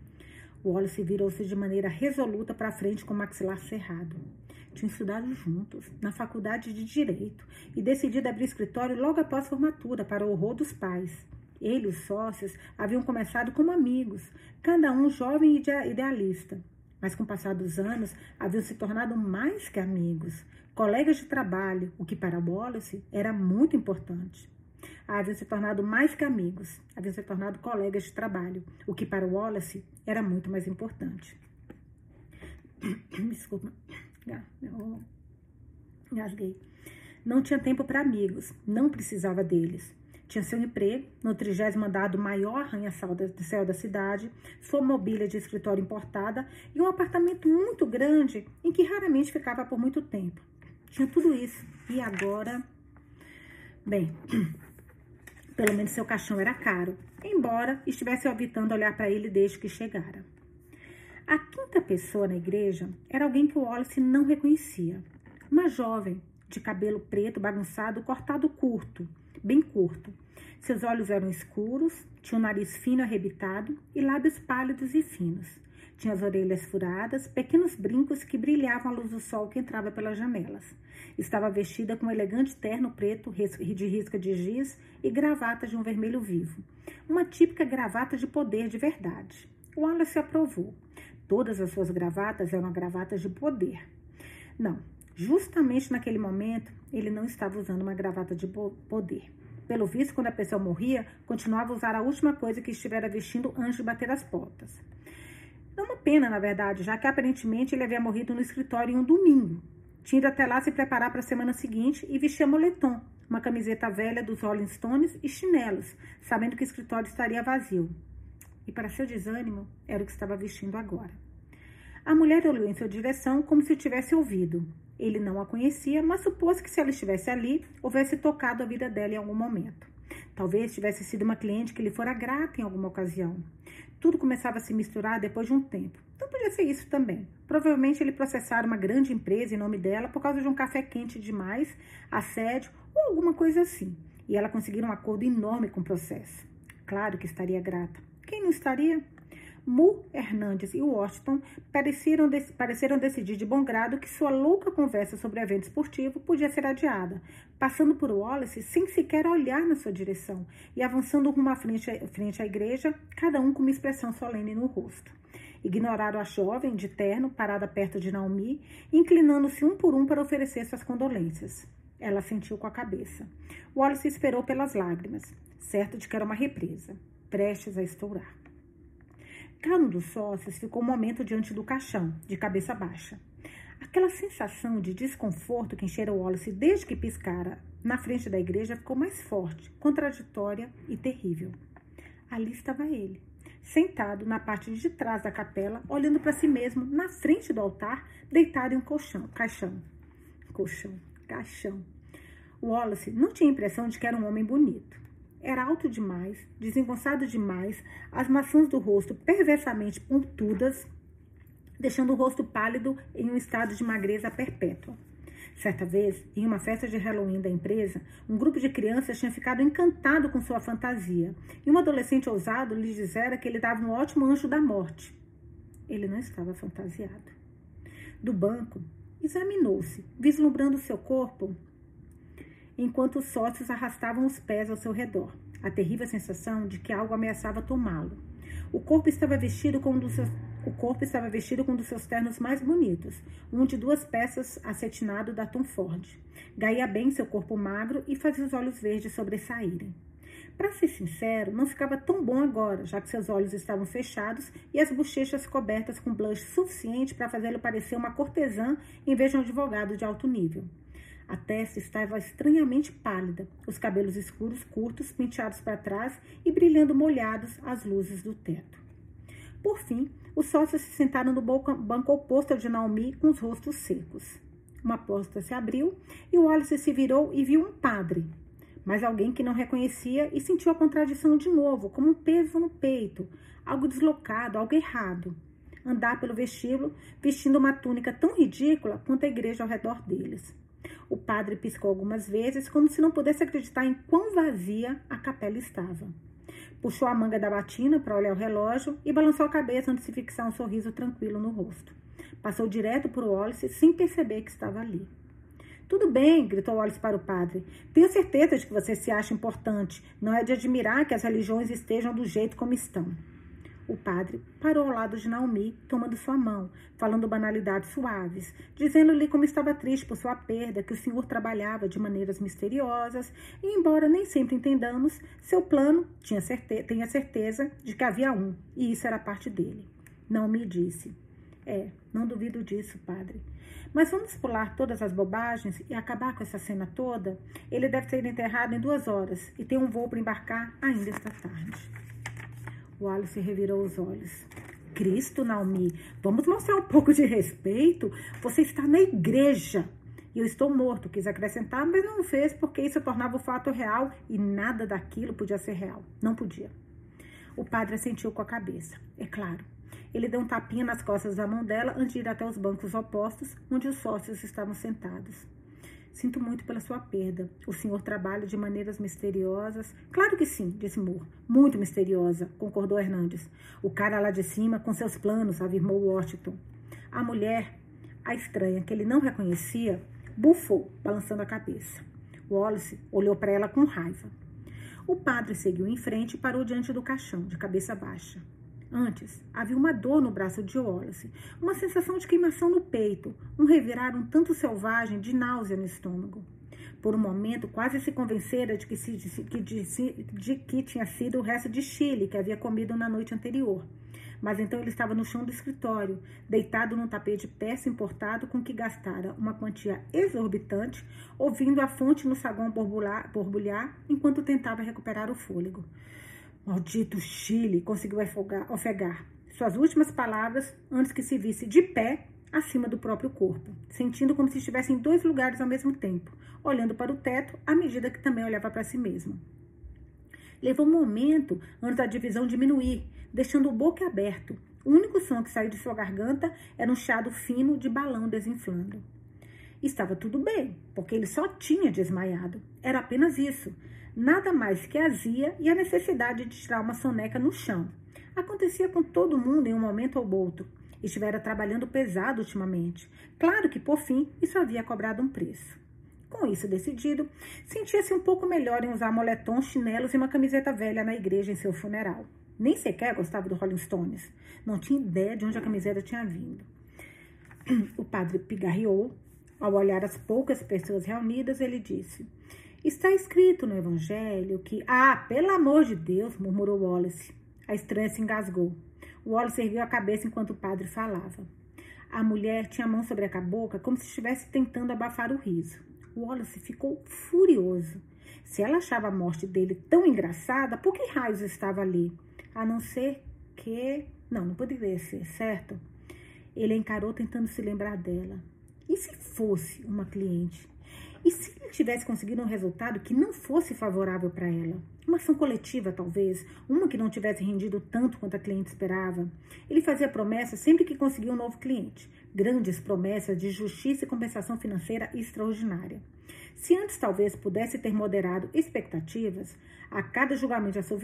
Wallace virou-se de maneira resoluta para frente com o maxilar cerrado. Tinham estudado juntos, na faculdade de Direito, e decidido abrir escritório logo após a formatura, para o horror dos pais. Ele e os sócios haviam começado como amigos, cada um jovem e idealista. Mas com o passar dos anos, haviam se tornado mais que amigos, colegas de trabalho, o que para Wallace era muito importante. haviam se tornado mais que amigos, haviam se tornado colegas de trabalho, o que para Wallace era muito mais importante. Desculpa, eu engasguei. Não tinha tempo para amigos, não precisava deles. Tinha seu emprego no 30º andar do maior arranha-céu da cidade, sua mobília de escritório importada e um apartamento muito grande em que raramente ficava por muito tempo. Tinha tudo isso. E agora... Bem, pelo menos seu caixão era caro, embora estivesse evitando olhar para ele desde que chegara. A quinta pessoa na igreja era alguém que o Wallace não reconhecia. Uma jovem, de cabelo preto bagunçado, cortado curto, bem curto. Seus olhos eram escuros, tinha um nariz fino arrebitado e lábios pálidos e finos. Tinha as orelhas furadas, pequenos brincos que brilhavam à luz do sol que entrava pelas janelas. Estava vestida com um elegante terno preto de risca de giz e gravata de um vermelho vivo. Uma típica gravata de poder de verdade. Wallace aprovou. Todas as suas gravatas eram gravatas de poder. Não, justamente naquele momento, ele não estava usando uma gravata de poder. Pelo visto, quando a pessoa morria, continuava a usar a última coisa que estivera vestindo antes de bater as portas. É uma pena, na verdade, já que aparentemente ele havia morrido no escritório em um domingo. Tinha ido até lá se preparar para a semana seguinte e vestia moletom, uma camiseta velha dos Rolling Stones e chinelos, sabendo que o escritório estaria vazio. E para seu desânimo, era o que estava vestindo agora. A mulher olhou em sua direção como se o tivesse ouvido. Ele não a conhecia, mas supôs que se ela estivesse ali, houvesse tocado a vida dela em algum momento. Talvez tivesse sido uma cliente que lhe fora grata em alguma ocasião. Tudo começava a se misturar depois de um tempo. Então podia ser isso também. Provavelmente ele processara uma grande empresa em nome dela por causa de um café quente demais, assédio ou alguma coisa assim. E ela conseguiu um acordo enorme com o processo. Claro que estaria grata. Quem não estaria? Mu, Hernandes e Washington pareceram decidir de bom grado que sua louca conversa sobre o evento esportivo podia ser adiada, passando por Wallace sem sequer olhar na sua direção e avançando rumo à frente à igreja, cada um com uma expressão solene no rosto. Ignoraram a jovem de terno, parada perto de Naomi, inclinando-se um por um para oferecer suas condolências. Ela assentiu com a cabeça. Wallace esperou pelas lágrimas, certo de que era uma represa, prestes a estourar. Cada um dos sócios ficou um momento diante do caixão, de cabeça baixa. Aquela sensação de desconforto que enchera Wallace desde que piscara na frente da igreja ficou mais forte, contraditória e terrível. Ali estava ele, sentado na parte de trás da capela, olhando para si mesmo, na frente do altar, deitado em um caixão. Wallace não tinha a impressão de que era um homem bonito. Era alto demais, desengonçado demais, as maçãs do rosto perversamente pontudas, deixando o rosto pálido em um estado de magreza perpétua. Certa vez, em uma festa de Halloween da empresa, um grupo de crianças tinha ficado encantado com sua fantasia, e um adolescente ousado lhe dissera que ele dava um ótimo anjo da morte. Ele não estava fantasiado. Do banco, examinou-se, vislumbrando seu corpo, enquanto os sócios arrastavam os pés ao seu redor, a terrível sensação de que algo ameaçava tomá-lo. O corpo estava vestido com um dos seus ternos mais bonitos, um de 2 peças acetinado da Tom Ford. Gaia bem seu corpo magro e fazia os olhos verdes sobressaírem. Para ser sincero, não ficava tão bom agora, já que seus olhos estavam fechados e as bochechas cobertas com blush suficiente para fazê-lo parecer uma cortesã em vez de um advogado de alto nível. A testa estava estranhamente pálida, os cabelos escuros curtos, penteados para trás e brilhando molhados às luzes do teto. Por fim, os sócios se sentaram no banco oposto ao de Naomi com os rostos secos. Uma porta se abriu e Wallace se virou e viu um padre, mas alguém que não reconhecia e sentiu a contradição de novo, como um peso no peito, algo deslocado, algo errado. Andar pelo vestíbulo vestindo uma túnica tão ridícula quanto a igreja ao redor deles. O padre piscou algumas vezes, como se não pudesse acreditar em quão vazia a capela estava. Puxou a manga da batina para olhar o relógio e balançou a cabeça antes de fixar um sorriso tranquilo no rosto. Passou direto por Wallace sem perceber que estava ali. Tudo bem, gritou Wallace para o padre. Tenho certeza de que você se acha importante. Não é de admirar que as religiões estejam do jeito como estão. O padre parou ao lado de Naomi, tomando sua mão, falando banalidades suaves, dizendo-lhe como estava triste por sua perda, que o senhor trabalhava de maneiras misteriosas, e embora nem sempre entendamos, seu plano tinha certeza de que havia um, e isso era parte dele. Naomi disse: não duvido disso, padre. Mas vamos pular todas as bobagens e acabar com essa cena toda? Ele deve ser enterrado em 2 horas e tem um voo para embarcar ainda esta tarde. Wallace revirou os olhos. Cristo, Naomi, vamos mostrar um pouco de respeito? Você está na igreja. E eu estou morto, quis acrescentar, mas não fez porque isso tornava o fato real e nada daquilo podia ser real. Não podia. O padre assentiu com a cabeça. É claro. Ele deu um tapinha nas costas da mão dela antes de ir até os bancos opostos, onde os sócios estavam sentados. Sinto muito pela sua perda. O senhor trabalha de maneiras misteriosas. Claro que sim, disse Moore. Muito misteriosa, concordou Hernandes. O cara lá de cima com seus planos, afirmou Washington. A mulher, a estranha, que ele não reconhecia, bufou, balançando a cabeça. Wallace olhou para ela com raiva. O padre seguiu em frente e parou diante do caixão, de cabeça baixa. Antes, havia uma dor no braço de Wallace, uma sensação de queimação no peito, um revirar um tanto selvagem de náusea no estômago. Por um momento, quase se convencera de que tinha sido o resto de chile que havia comido na noite anterior. Mas então ele estava no chão do escritório, deitado num tapete de peça importado com que gastara uma quantia exorbitante, ouvindo a fonte no saguão borbulhar enquanto tentava recuperar o fôlego. Maldito Chile, conseguiu ofegar suas últimas palavras antes que se visse de pé acima do próprio corpo, sentindo como se estivesse em 2 lugares ao mesmo tempo, olhando para o teto à medida que também olhava para si mesmo. Levou um momento antes da divisão diminuir, deixando o boca aberto. O único som que saiu de sua garganta era um chiado fino de balão desinflando. Estava tudo bem, porque ele só tinha desmaiado. Era apenas isso. Nada mais que a azia e a necessidade de tirar uma soneca no chão. Acontecia com todo mundo em um momento ou outro. Estivera trabalhando pesado ultimamente. Claro que, por fim, isso havia cobrado um preço. Com isso decidido, sentia-se um pouco melhor em usar moletons, chinelos e uma camiseta velha na igreja em seu funeral. Nem sequer gostava do Rolling Stones. Não tinha ideia de onde a camiseta tinha vindo. O padre pigarreou. Ao olhar as poucas pessoas reunidas, ele disse: está escrito no Evangelho que... pelo amor de Deus, murmurou Wallace. A estranha se engasgou. Wallace ergueu a cabeça enquanto o padre falava. A mulher tinha a mão sobre a boca como se estivesse tentando abafar o riso. Wallace ficou furioso. Se ela achava a morte dele tão engraçada, por que raios estava ali? A não ser que... Não poderia ser, certo? Ele a encarou tentando se lembrar dela. E se fosse uma cliente? E se ele tivesse conseguido um resultado que não fosse favorável para ela? Uma ação coletiva, talvez, uma que não tivesse rendido tanto quanto a cliente esperava. Ele fazia promessas sempre que conseguia um novo cliente. Grandes promessas de justiça e compensação financeira extraordinária. Se antes talvez pudesse ter moderado expectativas, a cada julgamento a seu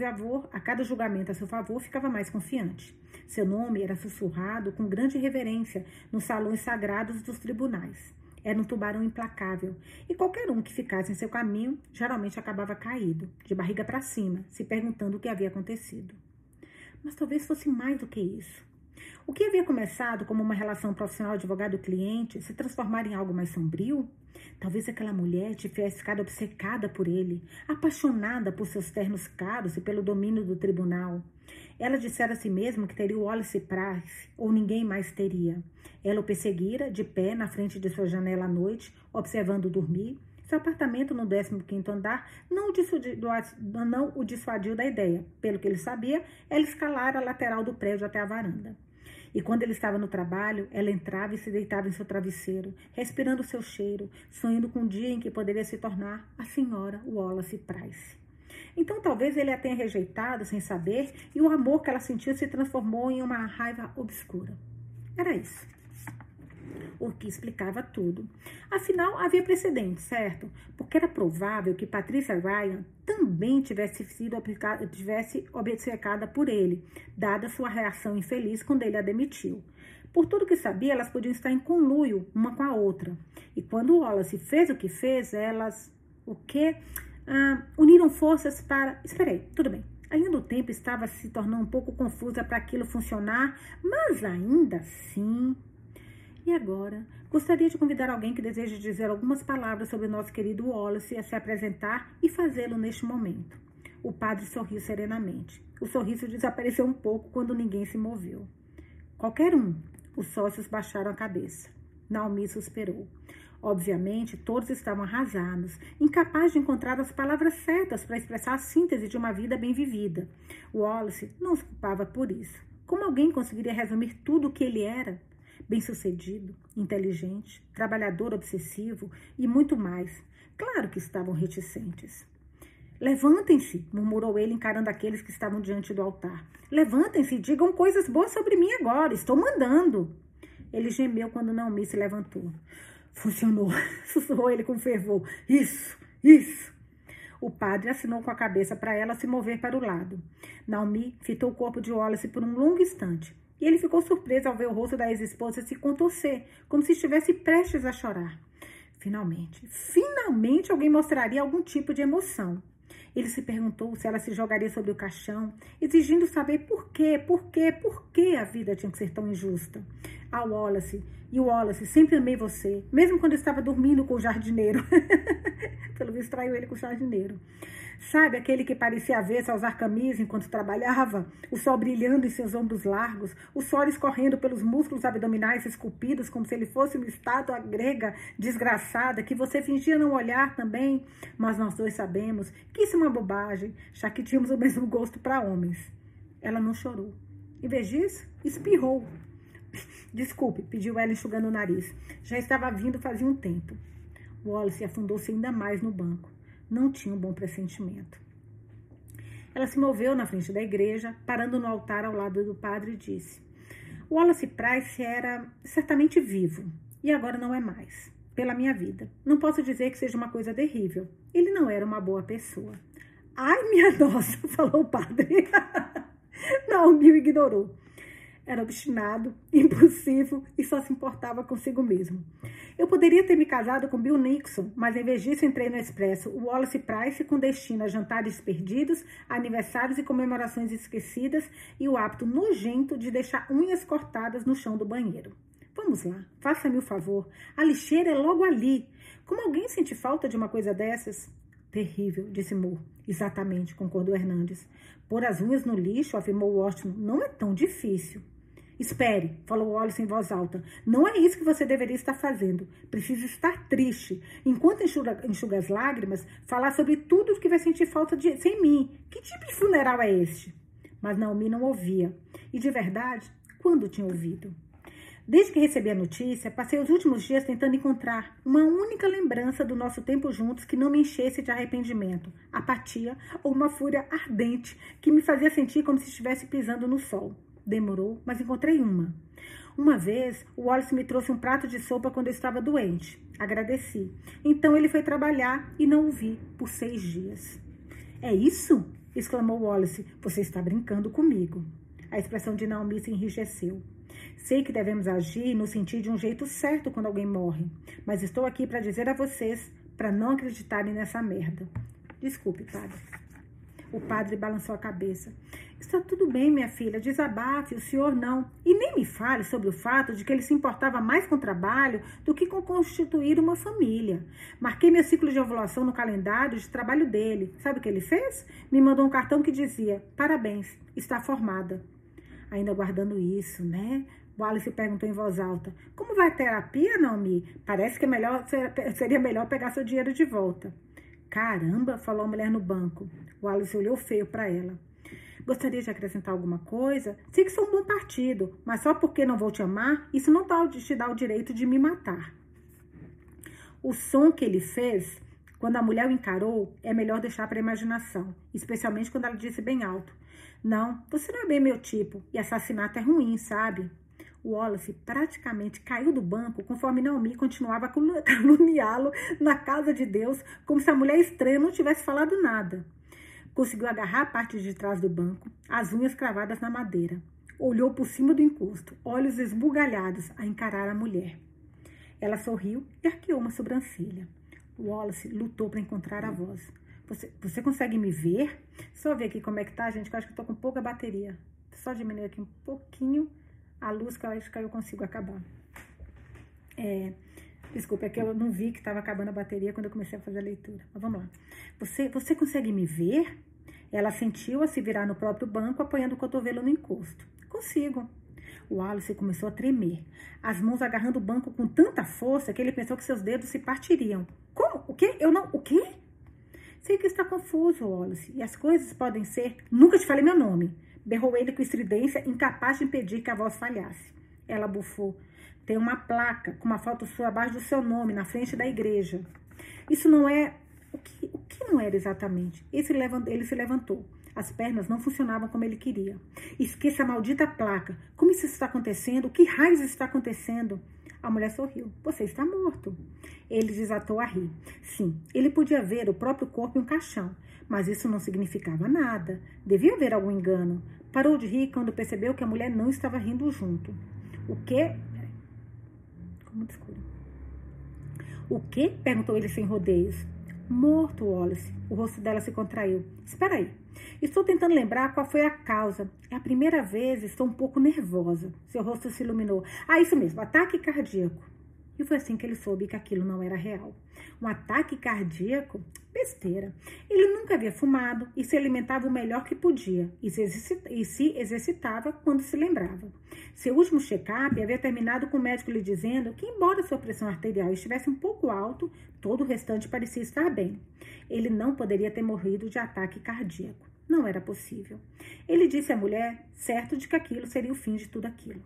favor, ficava mais confiante. Seu nome era sussurrado com grande reverência nos salões sagrados dos tribunais. Era um tubarão implacável, e qualquer um que ficasse em seu caminho geralmente acabava caído, de barriga para cima, se perguntando o que havia acontecido. Mas talvez fosse mais do que isso. O que havia começado como uma relação profissional advogado-cliente se transformar em algo mais sombrio? Talvez aquela mulher tivesse ficado obcecada por ele, apaixonada por seus ternos caros e pelo domínio do tribunal. Ela dissera a si mesma que teria o Wallace Price, ou ninguém mais teria. Ela o perseguira, de pé, na frente de sua janela à noite, observando-o dormir. Seu apartamento no 15º andar não o dissuadiu da ideia. Pelo que ele sabia, ela escalara a lateral do prédio até a varanda. E quando ele estava no trabalho, ela entrava e se deitava em seu travesseiro, respirando seu cheiro, sonhando com um dia em que poderia se tornar a senhora Wallace Price. Então talvez ele a tenha rejeitado sem saber e o amor que ela sentiu se transformou em uma raiva obscura. Era isso. O que explicava tudo. Afinal, havia precedente, certo? Porque era provável que Patricia Ryan também tivesse obcecada por ele, dada sua reação infeliz quando ele a demitiu. Por tudo que sabia, elas podiam estar em conluio uma com a outra. E quando Wallace fez o que fez, elas... uniram forças para... Esperei, tudo bem. A linha do tempo estava se tornando um pouco confusa para aquilo funcionar, mas ainda assim... E agora, gostaria de convidar alguém que deseja dizer algumas palavras sobre o nosso querido Wallace a se apresentar e fazê-lo neste momento. O padre sorriu serenamente. O sorriso desapareceu um pouco quando ninguém se moveu. Qualquer um. Os sócios baixaram a cabeça. Naomi suspirou. Obviamente, todos estavam arrasados, incapazes de encontrar as palavras certas para expressar a síntese de uma vida bem vivida. Wallace não se culpava por isso. Como alguém conseguiria resumir tudo o que ele era? Bem-sucedido, inteligente, trabalhador obsessivo e muito mais. Claro que estavam reticentes. Levantem-se, murmurou ele encarando aqueles que estavam diante do altar. Levantem-se e digam coisas boas sobre mim agora, estou mandando. Ele gemeu quando Naomi se levantou. Funcionou, sussurrou ele com fervor. Isso. O padre assinou com a cabeça para ela se mover para o lado. Naomi fitou o corpo de Wallace por um longo instante. E ele ficou surpreso ao ver o rosto da ex-esposa se contorcer, como se estivesse prestes a chorar. Finalmente alguém mostraria algum tipo de emoção. Ele se perguntou se ela se jogaria sobre o caixão, exigindo saber por que a vida tinha que ser tão injusta. Wallace, sempre amei você, mesmo quando estava dormindo com o jardineiro. Pelo visto, traiu ele com o jardineiro. Sabe, aquele que parecia avesso a usar camisa enquanto trabalhava, o sol brilhando em seus ombros largos, o suor escorrendo pelos músculos abdominais esculpidos como se ele fosse uma estátua grega desgraçada, que você fingia não olhar também, mas nós dois sabemos que isso é uma bobagem, já que tínhamos o mesmo gosto para homens. Ela não chorou. Em vez disso, espirrou. Desculpe, pediu ela enxugando o nariz. Já estava vindo fazia um tempo. Wallace afundou-se ainda mais no banco. Não tinha um bom pressentimento. Ela se moveu na frente da igreja, parando no altar ao lado do padre e disse: Wallace Price era certamente vivo, e agora não é mais. Pela minha vida. Não posso dizer que seja uma coisa terrível. Ele não era uma boa pessoa. Ai, minha nossa, falou o padre. Naomi o ignorou. Era obstinado, impulsivo e só se importava consigo mesmo. Eu poderia ter me casado com Bill Nixon, mas em vez disso entrei no Expresso Wallace Price com destino a jantares perdidos, aniversários e comemorações esquecidas e o hábito nojento de deixar unhas cortadas no chão do banheiro. Vamos lá, faça-me o favor. A lixeira é logo ali. Como alguém sente falta de uma coisa dessas? Terrível, disse Moore. Exatamente, concordou Hernandes. Pôr as unhas no lixo, afirmou Washington, não é tão difícil. Espere, falou Wallace em voz alta. Não é isso que você deveria estar fazendo. Precisa estar triste. Enquanto enxuga as lágrimas, falar sobre tudo o que vai sentir falta sem mim. Que tipo de funeral é este? Mas Naomi não ouvia. E de verdade, quando tinha ouvido? Desde que recebi a notícia, passei os últimos dias tentando encontrar uma única lembrança do nosso tempo juntos que não me enchesse de arrependimento, apatia ou uma fúria ardente que me fazia sentir como se estivesse pisando no sol. Demorou, mas encontrei uma. Uma vez, o Wallace me trouxe um prato de sopa quando eu estava doente. Agradeci. Então ele foi trabalhar e não o vi por 6 dias. É isso? Exclamou Wallace. Você está brincando comigo. A expressão de Naomi se enrijeceu. Sei que devemos agir e nos sentir de um jeito certo quando alguém morre. Mas estou aqui para dizer a vocês para não acreditarem nessa merda. Desculpe, padre. O padre balançou a cabeça. Está tudo bem, minha filha, desabafe, o senhor não. E nem me fale sobre o fato de que ele se importava mais com o trabalho do que com constituir uma família. Marquei meu ciclo de ovulação no calendário de trabalho dele. Sabe o que ele fez? Me mandou um cartão que dizia, parabéns, está formada. Ainda guardando isso, né? Wallace perguntou em voz alta. Como vai a terapia, Naomi? Parece que seria melhor pegar seu dinheiro de volta. Caramba, falou a mulher no banco. Wallace olhou feio para ela. Gostaria de acrescentar alguma coisa? Sei que sou um bom partido, mas só porque não vou te amar, isso não te dá o direito de me matar. O som que ele fez, quando a mulher o encarou, é melhor deixar para a imaginação, especialmente quando ela disse bem alto. Não, você não é bem meu tipo, e assassinato é ruim, sabe? O Wallace praticamente caiu do banco conforme Naomi continuava a caluniá-lo na casa de Deus, como se a mulher estranha não tivesse falado nada. Conseguiu agarrar a parte de trás do banco, as unhas cravadas na madeira. Olhou por cima do encosto, olhos esbugalhados, a encarar a mulher. Ela sorriu e arqueou uma sobrancelha. Wallace lutou para encontrar a voz. Você consegue me ver? Só ver aqui como é que tá, gente, que eu acho que eu tô com pouca bateria. Só diminuir aqui um pouquinho a luz, que eu acho que eu consigo acabar. Desculpa, é que eu não vi que estava acabando a bateria quando eu comecei a fazer a leitura. Mas vamos lá. Você consegue me ver? Ela sentiu a se virar no próprio banco, apoiando o cotovelo no encosto. Consigo. O Wallace começou a tremer, as mãos agarrando o banco com tanta força que ele pensou que seus dedos se partiriam. Como? O quê? Eu não... O quê? Sei que está confuso, Wallace, e as coisas podem ser... Nunca te falei meu nome, berrou ele com estridência, incapaz de impedir que a voz falhasse. Ela bufou. Tem uma placa com uma foto sua abaixo do seu nome, na frente da igreja. Isso não é... O que não era exatamente? Ele se levantou. As pernas não funcionavam como ele queria. Esqueça a maldita placa. Como isso está acontecendo? O que raios está acontecendo? A mulher sorriu. Você está morto. Ele desatou a rir. Sim, ele podia ver o próprio corpo em um caixão, mas isso não significava nada. Devia haver algum engano. Parou de rir quando percebeu que a mulher não estava rindo junto. O quê? Ficou muito escuro. O quê? Perguntou ele sem rodeios. Morto, Wallace. O rosto dela se contraiu. Espera aí. Estou tentando lembrar qual foi a causa. É a primeira vez, estou um pouco nervosa. Seu rosto se iluminou. Ah, isso mesmo, ataque cardíaco. E foi assim que ele soube que aquilo não era real. Um ataque cardíaco? Besteira. Ele nunca havia fumado e se alimentava o melhor que podia. E se exercitava quando se lembrava. Seu último check-up havia terminado com o médico lhe dizendo que, embora sua pressão arterial estivesse um pouco alto, todo o restante parecia estar bem. Ele não poderia ter morrido de ataque cardíaco. Não era possível. Ele disse à mulher, certo de que aquilo seria o fim de tudo aquilo.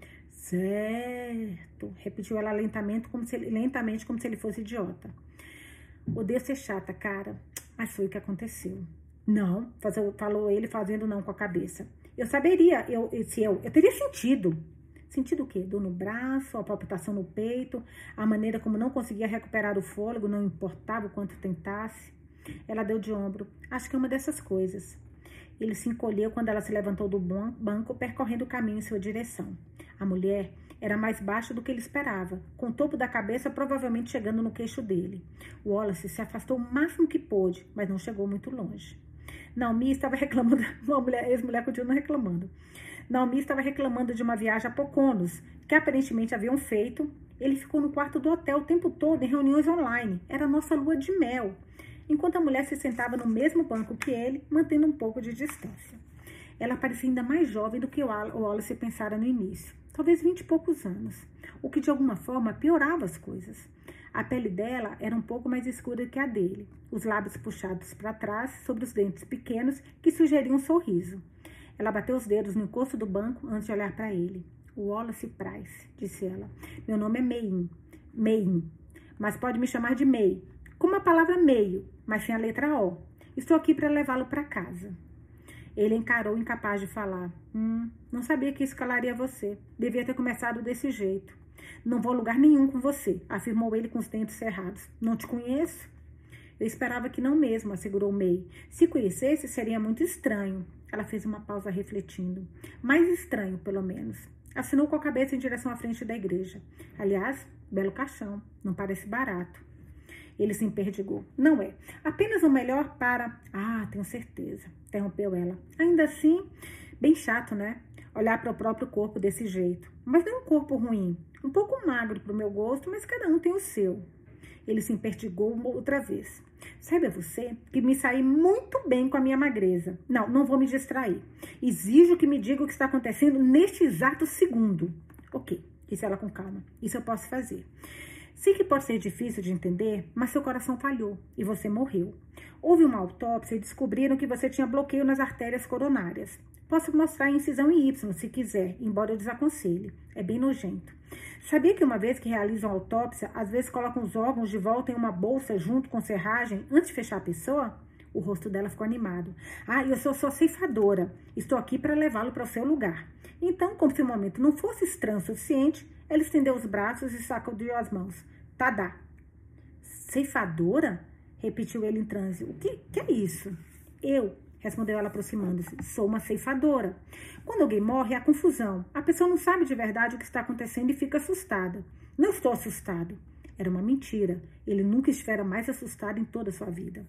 Certo, repetiu ela lentamente, como se ele fosse idiota. Odeio ser chata, cara, mas foi o que aconteceu. Não, falou ele fazendo não com a cabeça. Eu saberia, eu teria sentido. Sentido o quê? Dor no braço, a palpitação no peito, a maneira como não conseguia recuperar o fôlego, não importava o quanto tentasse. Ela deu de ombro. Acho que é uma dessas coisas. Ele se encolheu quando ela se levantou do banco, percorrendo o caminho em sua direção. A mulher era mais baixa do que ele esperava, com o topo da cabeça provavelmente chegando no queixo dele. Wallace se afastou o máximo que pôde, mas não chegou muito longe. Naomi estava reclamando, a ex-mulher continuou reclamando. Naomi estava reclamando de uma viagem a Poconos, que aparentemente haviam feito. Ele ficou no quarto do hotel o tempo todo em reuniões online. Era a nossa lua de mel. Enquanto a mulher se sentava no mesmo banco que ele, mantendo um pouco de distância. Ela parecia ainda mais jovem do que o Wallace pensara no início. Talvez 20 e poucos anos, o que de alguma forma piorava as coisas. A pele dela era um pouco mais escura que a dele, os lábios puxados para trás sobre os dentes pequenos que sugeriam um sorriso. Ela bateu os dedos no encosto do banco antes de olhar para ele. Wallace Price, disse ela. Meu nome é Meyin, mas pode me chamar de May, como a palavra meio, mas sem a letra O. Estou aqui para levá-lo para casa. Ele encarou, incapaz de falar. Não sabia que isso calaria você. Devia ter começado desse jeito. Não vou a lugar nenhum com você, afirmou ele com os dentes cerrados. Não te conheço? Eu esperava que não mesmo, assegurou May. Se conhecesse, seria muito estranho. Ela fez uma pausa refletindo. Mais estranho, pelo menos. Assinou com a cabeça em direção à frente da igreja. Aliás, belo caixão. Não parece barato. Ele se emperdigou. Não é. Apenas o melhor para... Ah, tenho certeza. Interrompeu ela. Ainda assim, bem chato, né? Olhar para o próprio corpo desse jeito. Mas não é um corpo ruim. Um pouco magro para o meu gosto, mas cada um tem o seu. Ele se emperdigou outra vez. Saiba você que me saí muito bem com a minha magreza. Não vou me distrair. Exijo que me diga o que está acontecendo neste exato segundo. Ok, disse ela com calma. Isso eu posso fazer. Sei que pode ser difícil de entender, mas seu coração falhou e você morreu. Houve uma autópsia e descobriram que você tinha bloqueio nas artérias coronárias. Posso mostrar a incisão em Y, se quiser, embora eu desaconselhe. É bem nojento. Sabia que uma vez que realizam a autópsia, às vezes colocam os órgãos de volta em uma bolsa junto com serragem antes de fechar a pessoa? O rosto dela ficou animado. Eu sou sua ceifadora. Estou aqui para levá-lo para o seu lugar. Então, como se o momento não fosse estranho o suficiente, ela estendeu os braços e sacudiu as mãos. Tadá. Ceifadora? Repetiu ele em transe. O que é isso? Eu, respondeu ela aproximando-se. Sou uma ceifadora. Quando alguém morre, há confusão. A pessoa não sabe de verdade o que está acontecendo e fica assustada. Não estou assustado. Era uma mentira. Ele nunca estivera mais assustado em toda a sua vida.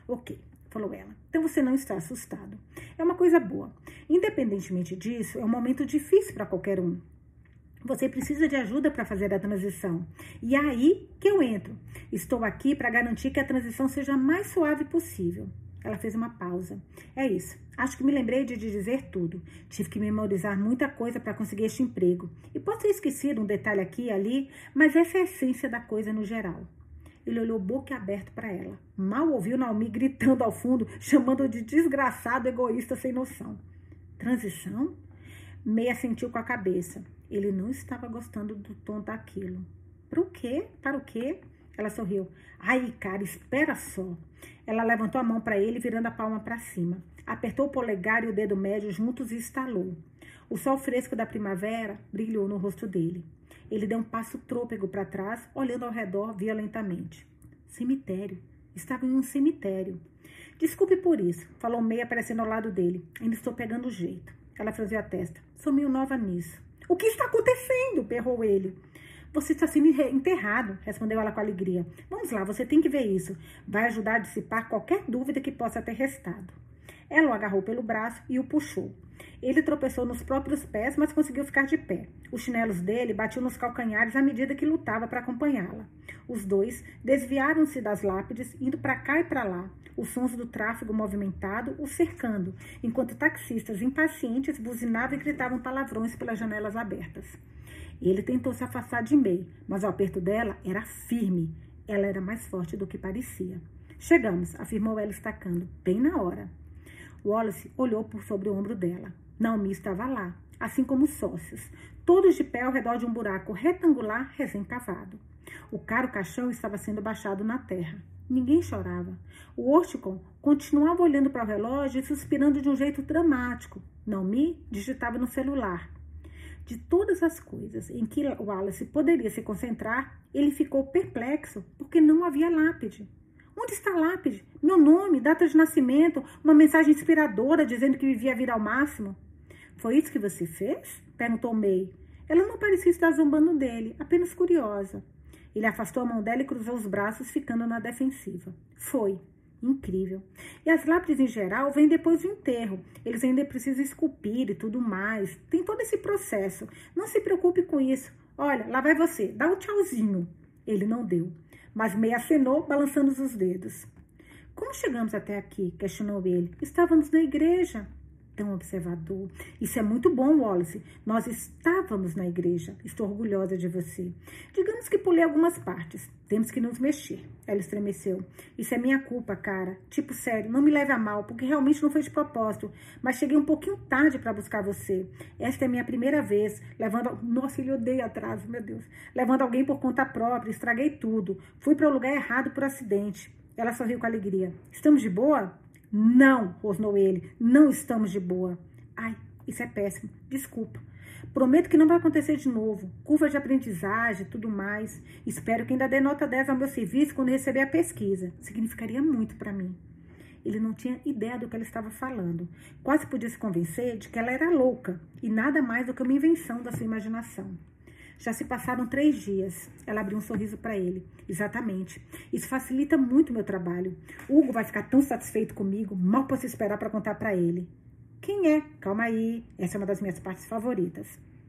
Ok, falou ela. Então você não está assustado. É uma coisa boa. Independentemente disso, é um momento difícil para qualquer um. Você precisa de ajuda para fazer a transição. E é aí que eu entro. Estou aqui para garantir que a transição seja a mais suave possível. Ela fez uma pausa. É isso. Acho que me lembrei de dizer tudo. Tive que memorizar muita coisa para conseguir este emprego. E posso ter esquecido um detalhe aqui e ali, mas essa é a essência da coisa no geral. Ele olhou boca aberta para ela. Mal ouviu Naomi gritando ao fundo, chamando-o de desgraçado, egoísta, sem noção. Transição? Meia assentiu com a cabeça. Ele não estava gostando do tom daquilo. Para o quê? Para o quê? Ela sorriu. Ai, cara, espera só. Ela levantou a mão para ele, virando a palma para cima. Apertou o polegar e o dedo médio juntos e estalou. O sol fresco da primavera brilhou no rosto dele. Ele deu um passo trôpego para trás, olhando ao redor violentamente. Cemitério. Estava em um cemitério. Desculpe por isso, falou May aparecendo ao lado dele. Ainda estou pegando o jeito. Ela franziu a testa. Sou meio nova nisso. O que está acontecendo? Berrou ele. Você está sendo enterrado, respondeu ela com alegria. Vamos lá, você tem que ver isso. Vai ajudar a dissipar qualquer dúvida que possa ter restado. Ela o agarrou pelo braço e o puxou. Ele tropeçou nos próprios pés, mas conseguiu ficar de pé. Os chinelos dele batiam nos calcanhares à medida que lutava para acompanhá-la. Os dois desviaram-se das lápides, indo para cá e para lá, os sons do tráfego movimentado o cercando, enquanto taxistas impacientes buzinavam e gritavam palavrões pelas janelas abertas. Ele tentou se afastar de May, mas o aperto dela era firme. Ela era mais forte do que parecia. Chegamos, afirmou ela estacando, bem na hora. Wallace olhou por sobre o ombro dela. Naomi estava lá, assim como os sócios, todos de pé ao redor de um buraco retangular recém-cavado. O caro caixão estava sendo baixado na terra. Ninguém chorava. O Orticon continuava olhando para o relógio e suspirando de um jeito dramático. Naomi digitava no celular. De todas as coisas em que Wallace poderia se concentrar, ele ficou perplexo, porque não havia lápide. Onde está a lápide? Meu nome, data de nascimento, uma mensagem inspiradora dizendo que vivia a vida ao máximo. Foi isso que você fez? Perguntou May. Ela não parecia estar zombando dele, apenas curiosa. Ele afastou a mão dela e cruzou os braços, ficando na defensiva. Foi. Incrível. E as lápides, em geral, vêm depois do enterro. Eles ainda precisam esculpir e tudo mais. Tem todo esse processo. Não se preocupe com isso. Olha, lá vai você. Dá um tchauzinho. Ele não deu. Mas May acenou, balançando os dedos. Como chegamos até aqui? Questionou ele. Estávamos na igreja. Tão observador. Isso é muito bom, Wallace. Nós estávamos na igreja. Estou orgulhosa de você. Digamos que pulei algumas partes. Temos que nos mexer. Ela estremeceu. Isso é minha culpa, cara. Tipo, sério, não me leve a mal, porque realmente não foi de propósito. Mas cheguei um pouquinho tarde para buscar você. Esta é minha primeira vez. Nossa, ele odeia atraso, meu Deus. Levando alguém por conta própria. Estraguei tudo. Fui para o lugar errado por acidente. Ela sorriu com alegria. Estamos de boa? Não, rosnou ele. Não estamos de boa. Ai, isso é péssimo. Desculpa. Prometo que não vai acontecer de novo. Curva de aprendizagem, tudo mais. Espero que ainda dê nota 10 ao meu serviço quando receber a pesquisa. Significaria muito para mim. Ele não tinha ideia do que ela estava falando. Quase podia se convencer de que ela era louca e nada mais do que uma invenção da sua imaginação. Já se passaram 3 dias. Ela abriu um sorriso para ele. Exatamente. Isso facilita muito o meu trabalho. Hugo vai ficar tão satisfeito comigo. Mal posso esperar para contar para ele. Quem é? Calma aí. Essa é uma das minhas partes favoritas.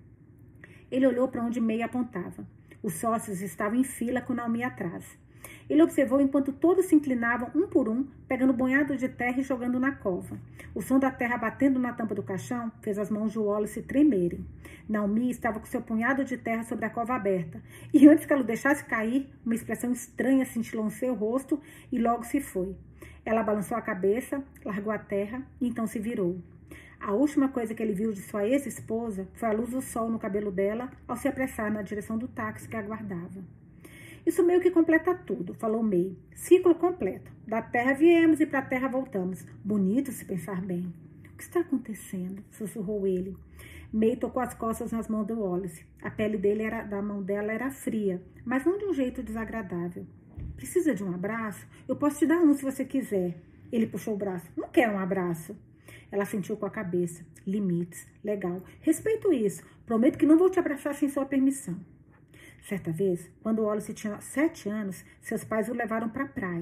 Ele olhou para onde May apontava. Os sócios estavam em fila com Naomi atrás. Ele observou enquanto todos se inclinavam um por um, pegando banhado de terra e jogando na cova. O som da terra batendo na tampa do caixão fez as mãos de Wallace tremerem. Naomi estava com seu punhado de terra sobre a cova aberta, e antes que ela o deixasse cair, uma expressão estranha cintilou em seu rosto e logo se foi. Ela balançou a cabeça, largou a terra e então se virou. A última coisa que ele viu de sua ex-esposa foi a luz do sol no cabelo dela ao se apressar na direção do táxi que aguardava. Isso meio que completa tudo, falou May. Ciclo completo. Da terra viemos e para a terra voltamos. Bonito se pensar bem. O que está acontecendo? Sussurrou ele. May tocou as costas nas mãos do Wallace. A pele da mão dela era fria, mas não de um jeito desagradável. Precisa de um abraço? Eu posso te dar um se você quiser. Ele puxou o braço. Não quero um abraço. Ela sentiu com a cabeça. Limites. Legal. Respeito isso. Prometo que não vou te abraçar sem sua permissão. Certa vez, quando Wallace tinha 7 anos, seus pais o levaram para a praia.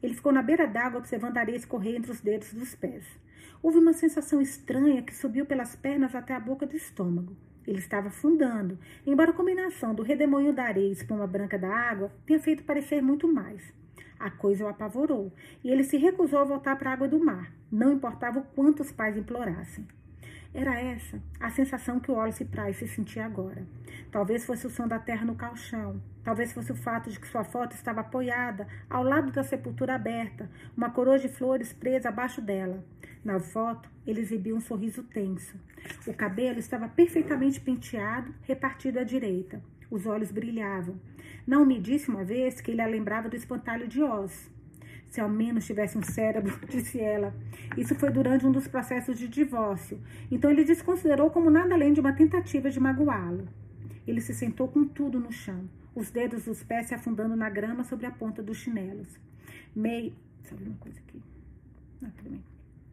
Ele ficou na beira d'água observando a areia escorrer entre os dedos dos pés. Houve uma sensação estranha que subiu pelas pernas até a boca do estômago. Ele estava afundando, embora a combinação do redemoinho da areia e espuma branca da água tenha feito parecer muito mais. A coisa o apavorou, e ele se recusou a voltar para a água do mar, não importava o quanto os pais implorassem. Era essa a sensação que o Wallace Price sentia agora. Talvez fosse o som da terra no caixão, talvez fosse o fato de que sua foto estava apoiada ao lado da sepultura aberta, uma coroa de flores presa abaixo dela. Na foto, ele exibia um sorriso tenso. O cabelo estava perfeitamente penteado, repartido à direita. Os olhos brilhavam. Não me disse uma vez que ele a lembrava do espantalho de Oz. Se ao menos tivesse um cérebro, disse ela. Isso foi durante um dos processos de divórcio. Então ele desconsiderou como nada além de uma tentativa de magoá-lo. Ele se sentou com tudo no chão, os dedos dos pés se afundando na grama sobre a ponta dos chinelos. May... Sabe uma coisa aqui? Tudo bem.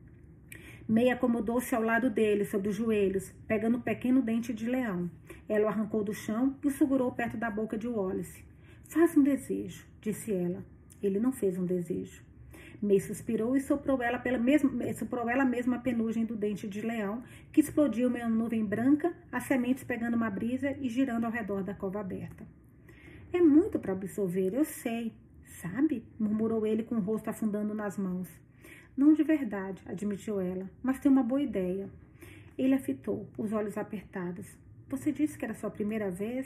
May acomodou-se ao lado dele, sobre os joelhos, pegando um pequeno dente de leão. Ela o arrancou do chão e o segurou perto da boca de Wallace. Faz um desejo, disse ela. Ele não fez um desejo. May suspirou e soprou ela mesma a penugem do dente de leão, que explodiu em uma nuvem branca, as sementes pegando uma brisa e girando ao redor da cova aberta. É muito para absorver, eu sei, sabe? Murmurou ele com o rosto afundando nas mãos. Não de verdade, admitiu ela, mas tem uma boa ideia. Ele a fitou, os olhos apertados. Você disse que era sua primeira vez?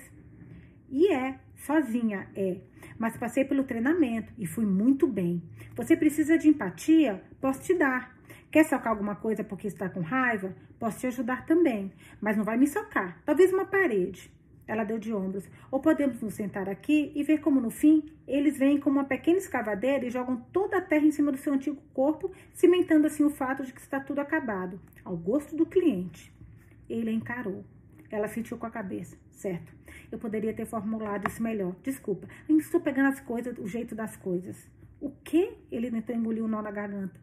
E sozinha mas passei pelo treinamento e fui muito bem. Você precisa de empatia? Posso te dar. Quer socar alguma coisa porque está com raiva? Posso te ajudar também, mas não vai me socar, talvez uma parede. Ela deu de ombros. Ou podemos nos sentar aqui e ver como no fim eles vêm com uma pequena escavadeira e jogam toda a terra em cima do seu antigo corpo, cimentando assim o fato de que está tudo acabado, ao gosto do cliente. Ele a encarou. Ela sentiu com a cabeça. Certo, eu poderia ter formulado isso melhor. Desculpa, ainda estou pegando as coisas, o jeito das coisas. O quê? Ele tentou engolir um nó na garganta.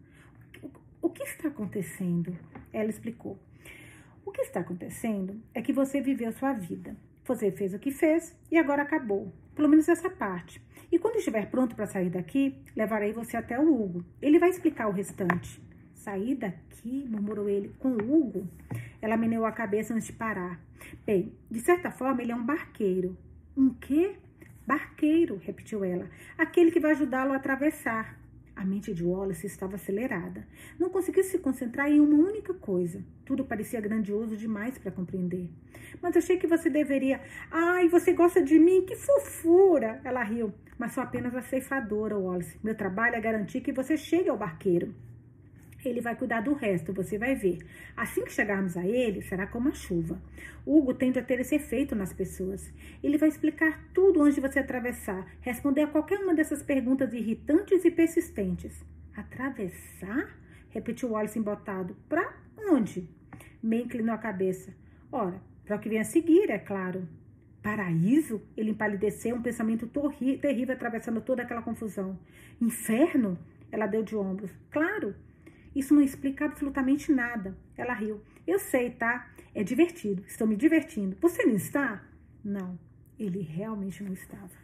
O que está acontecendo? Ela explicou. O que está acontecendo é que você viveu sua vida. Você fez o que fez e agora acabou. Pelo menos essa parte. E quando estiver pronto para sair daqui, levarei você até o Hugo. Ele vai explicar o restante. Sair daqui? Murmurou ele. Com o Hugo? Ela meneou a cabeça antes de parar. Bem, de certa forma, ele é um barqueiro. Um quê? Barqueiro, repetiu ela. Aquele que vai ajudá-lo a atravessar. A mente de Wallace estava acelerada. Não conseguia se concentrar em uma única coisa. Tudo parecia grandioso demais para compreender. Mas achei que você deveria... Ai, você gosta de mim? Que fofura! Ela riu. Mas sou apenas a ceifadora, Wallace. Meu trabalho é garantir que você chegue ao barqueiro. Ele vai cuidar do resto, você vai ver. Assim que chegarmos a ele, será como a chuva. Hugo tende a ter esse efeito nas pessoas. Ele vai explicar tudo antes de você atravessar, responder a qualquer uma dessas perguntas irritantes e persistentes. Atravessar? Repetiu Wallace embotado. Para onde? May inclinou a cabeça. Ora, para o que vem a seguir, é claro. Paraíso? Ele empalideceu, um pensamento terrível atravessando toda aquela confusão. Inferno? Ela deu de ombros. Claro. Isso não explica absolutamente nada. Ela riu. Eu sei, tá? É divertido. Estou me divertindo. Você não está? Não. Ele realmente não estava.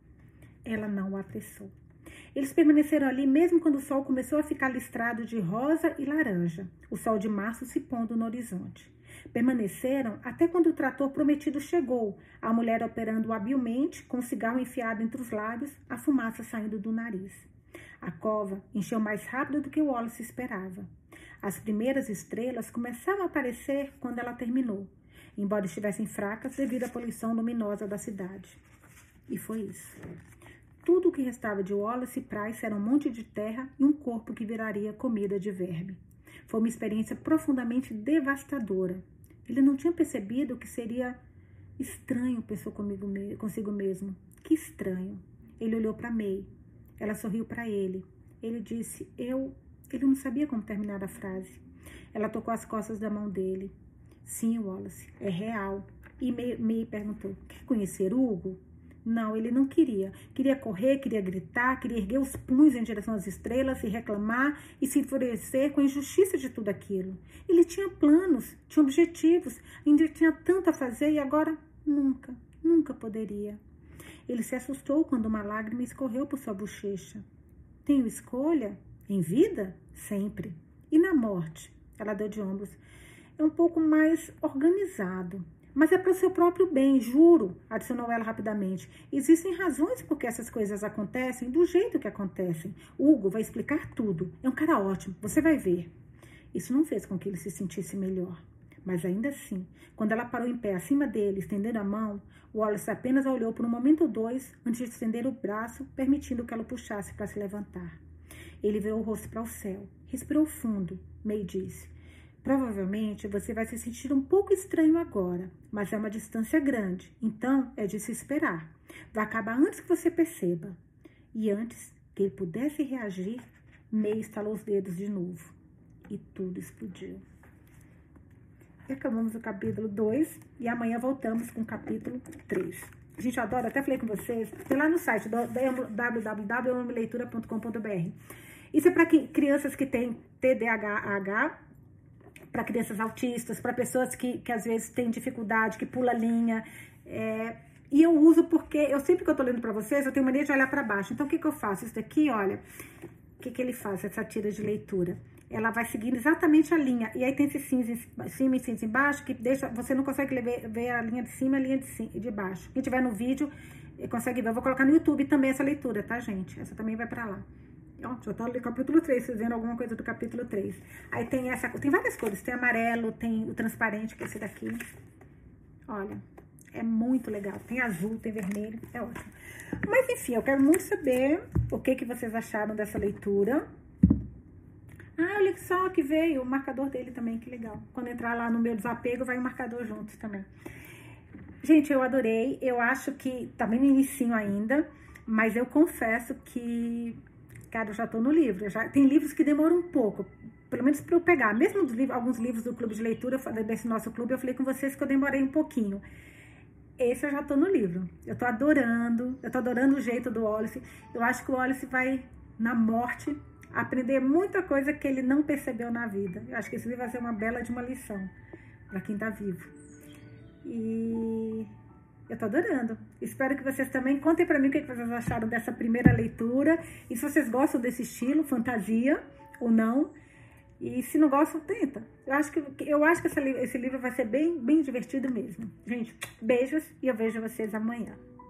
Ela não o apressou. Eles permaneceram ali mesmo quando o sol começou a ficar listrado de rosa e laranja. O sol de março se pondo no horizonte. Permaneceram até quando o trator prometido chegou, a mulher operando habilmente, com o cigarro enfiado entre os lábios, a fumaça saindo do nariz. A cova encheu mais rápido do que o Wallace esperava. As primeiras estrelas começavam a aparecer quando ela terminou, embora estivessem fracas devido à poluição luminosa da cidade. E foi isso. Tudo o que restava de Wallace Price era um monte de terra e um corpo que viraria comida de verme. Foi uma experiência profundamente devastadora. Ele não tinha percebido que seria estranho, pensou consigo mesmo. Que estranho. Ele olhou para May. Ela sorriu para ele. Ele disse, Ele não sabia como terminar a frase. Ela tocou as costas da mão dele. Sim, Wallace, é real. E May perguntou, quer conhecer Hugo? Não, ele não queria. Queria correr, queria gritar, queria erguer os punhos em direção às estrelas e reclamar e se enfurecer com a injustiça de tudo aquilo. Ele tinha planos, tinha objetivos, ainda tinha tanto a fazer e agora nunca poderia. Ele se assustou quando uma lágrima escorreu por sua bochecha. Tenho escolha? Em vida? Sempre. E na morte? Ela deu de ombros. É um pouco mais organizado. Mas é para o seu próprio bem, juro, adicionou ela rapidamente. Existem razões por que essas coisas acontecem do jeito que acontecem. Hugo vai explicar tudo. É um cara ótimo, você vai ver. Isso não fez com que ele se sentisse melhor. Mas ainda assim, quando ela parou em pé acima dele, estendendo a mão, Wallace apenas a olhou por um momento ou dois antes de estender o braço, permitindo que ela o puxasse para se levantar. Ele virou o rosto para o céu. Respirou fundo. May disse: provavelmente você vai se sentir um pouco estranho agora, mas é uma distância grande, então é de se esperar. Vai acabar antes que você perceba. E antes que ele pudesse reagir, May estalou os dedos de novo. E tudo explodiu. E acabamos o capítulo 2 e amanhã voltamos com o capítulo 3. A gente adora, até falei com vocês, tem lá no site www.amoleitura.com.br. Isso é para crianças que têm TDAH, para crianças autistas, para pessoas que às vezes têm dificuldade, que pula linha. E eu uso porque, sempre que eu tô lendo para vocês, eu tenho mania de olhar para baixo. Então, o que eu faço? Isso daqui, olha, o que ele faz, essa tira de leitura? Ela vai seguindo exatamente a linha. E aí tem esse cinza em cima e cinza embaixo, que deixa, você não consegue ver a linha de cima e a linha de baixo. Quem tiver no vídeo, consegue ver. Eu vou colocar no YouTube também essa leitura, tá, gente? Essa também vai para lá. Ó, já tá no capítulo 3, vocês vendo alguma coisa do capítulo 3. Aí tem tem várias cores, tem amarelo, tem o transparente, que é esse daqui. Olha, é muito legal. Tem azul, tem vermelho, é ótimo. Mas enfim, eu quero muito saber o que vocês acharam dessa leitura. Ah, olha só que veio o marcador dele também, que legal. Quando entrar lá no meu desapego, vai o marcador junto também. Gente, eu adorei. Eu acho que tá bem no inicinho ainda, mas eu confesso que, cara, eu já tô no livro. Tem livros que demoram um pouco, pelo menos para eu pegar. Mesmo alguns livros do clube de leitura, desse nosso clube, eu falei com vocês que eu demorei um pouquinho. Esse eu já tô no livro. Eu tô adorando o jeito do Wallace. Eu acho que o Wallace vai, na morte, aprender muita coisa que ele não percebeu na vida. Eu acho que esse livro vai ser uma bela de uma lição para quem tá vivo. E eu tô adorando. Espero que vocês também contem para mim o que vocês acharam dessa primeira leitura. E se vocês gostam desse estilo, fantasia ou não. E se não gostam, tenta. Eu acho que esse livro vai ser bem divertido mesmo. Gente, beijos e eu vejo vocês amanhã.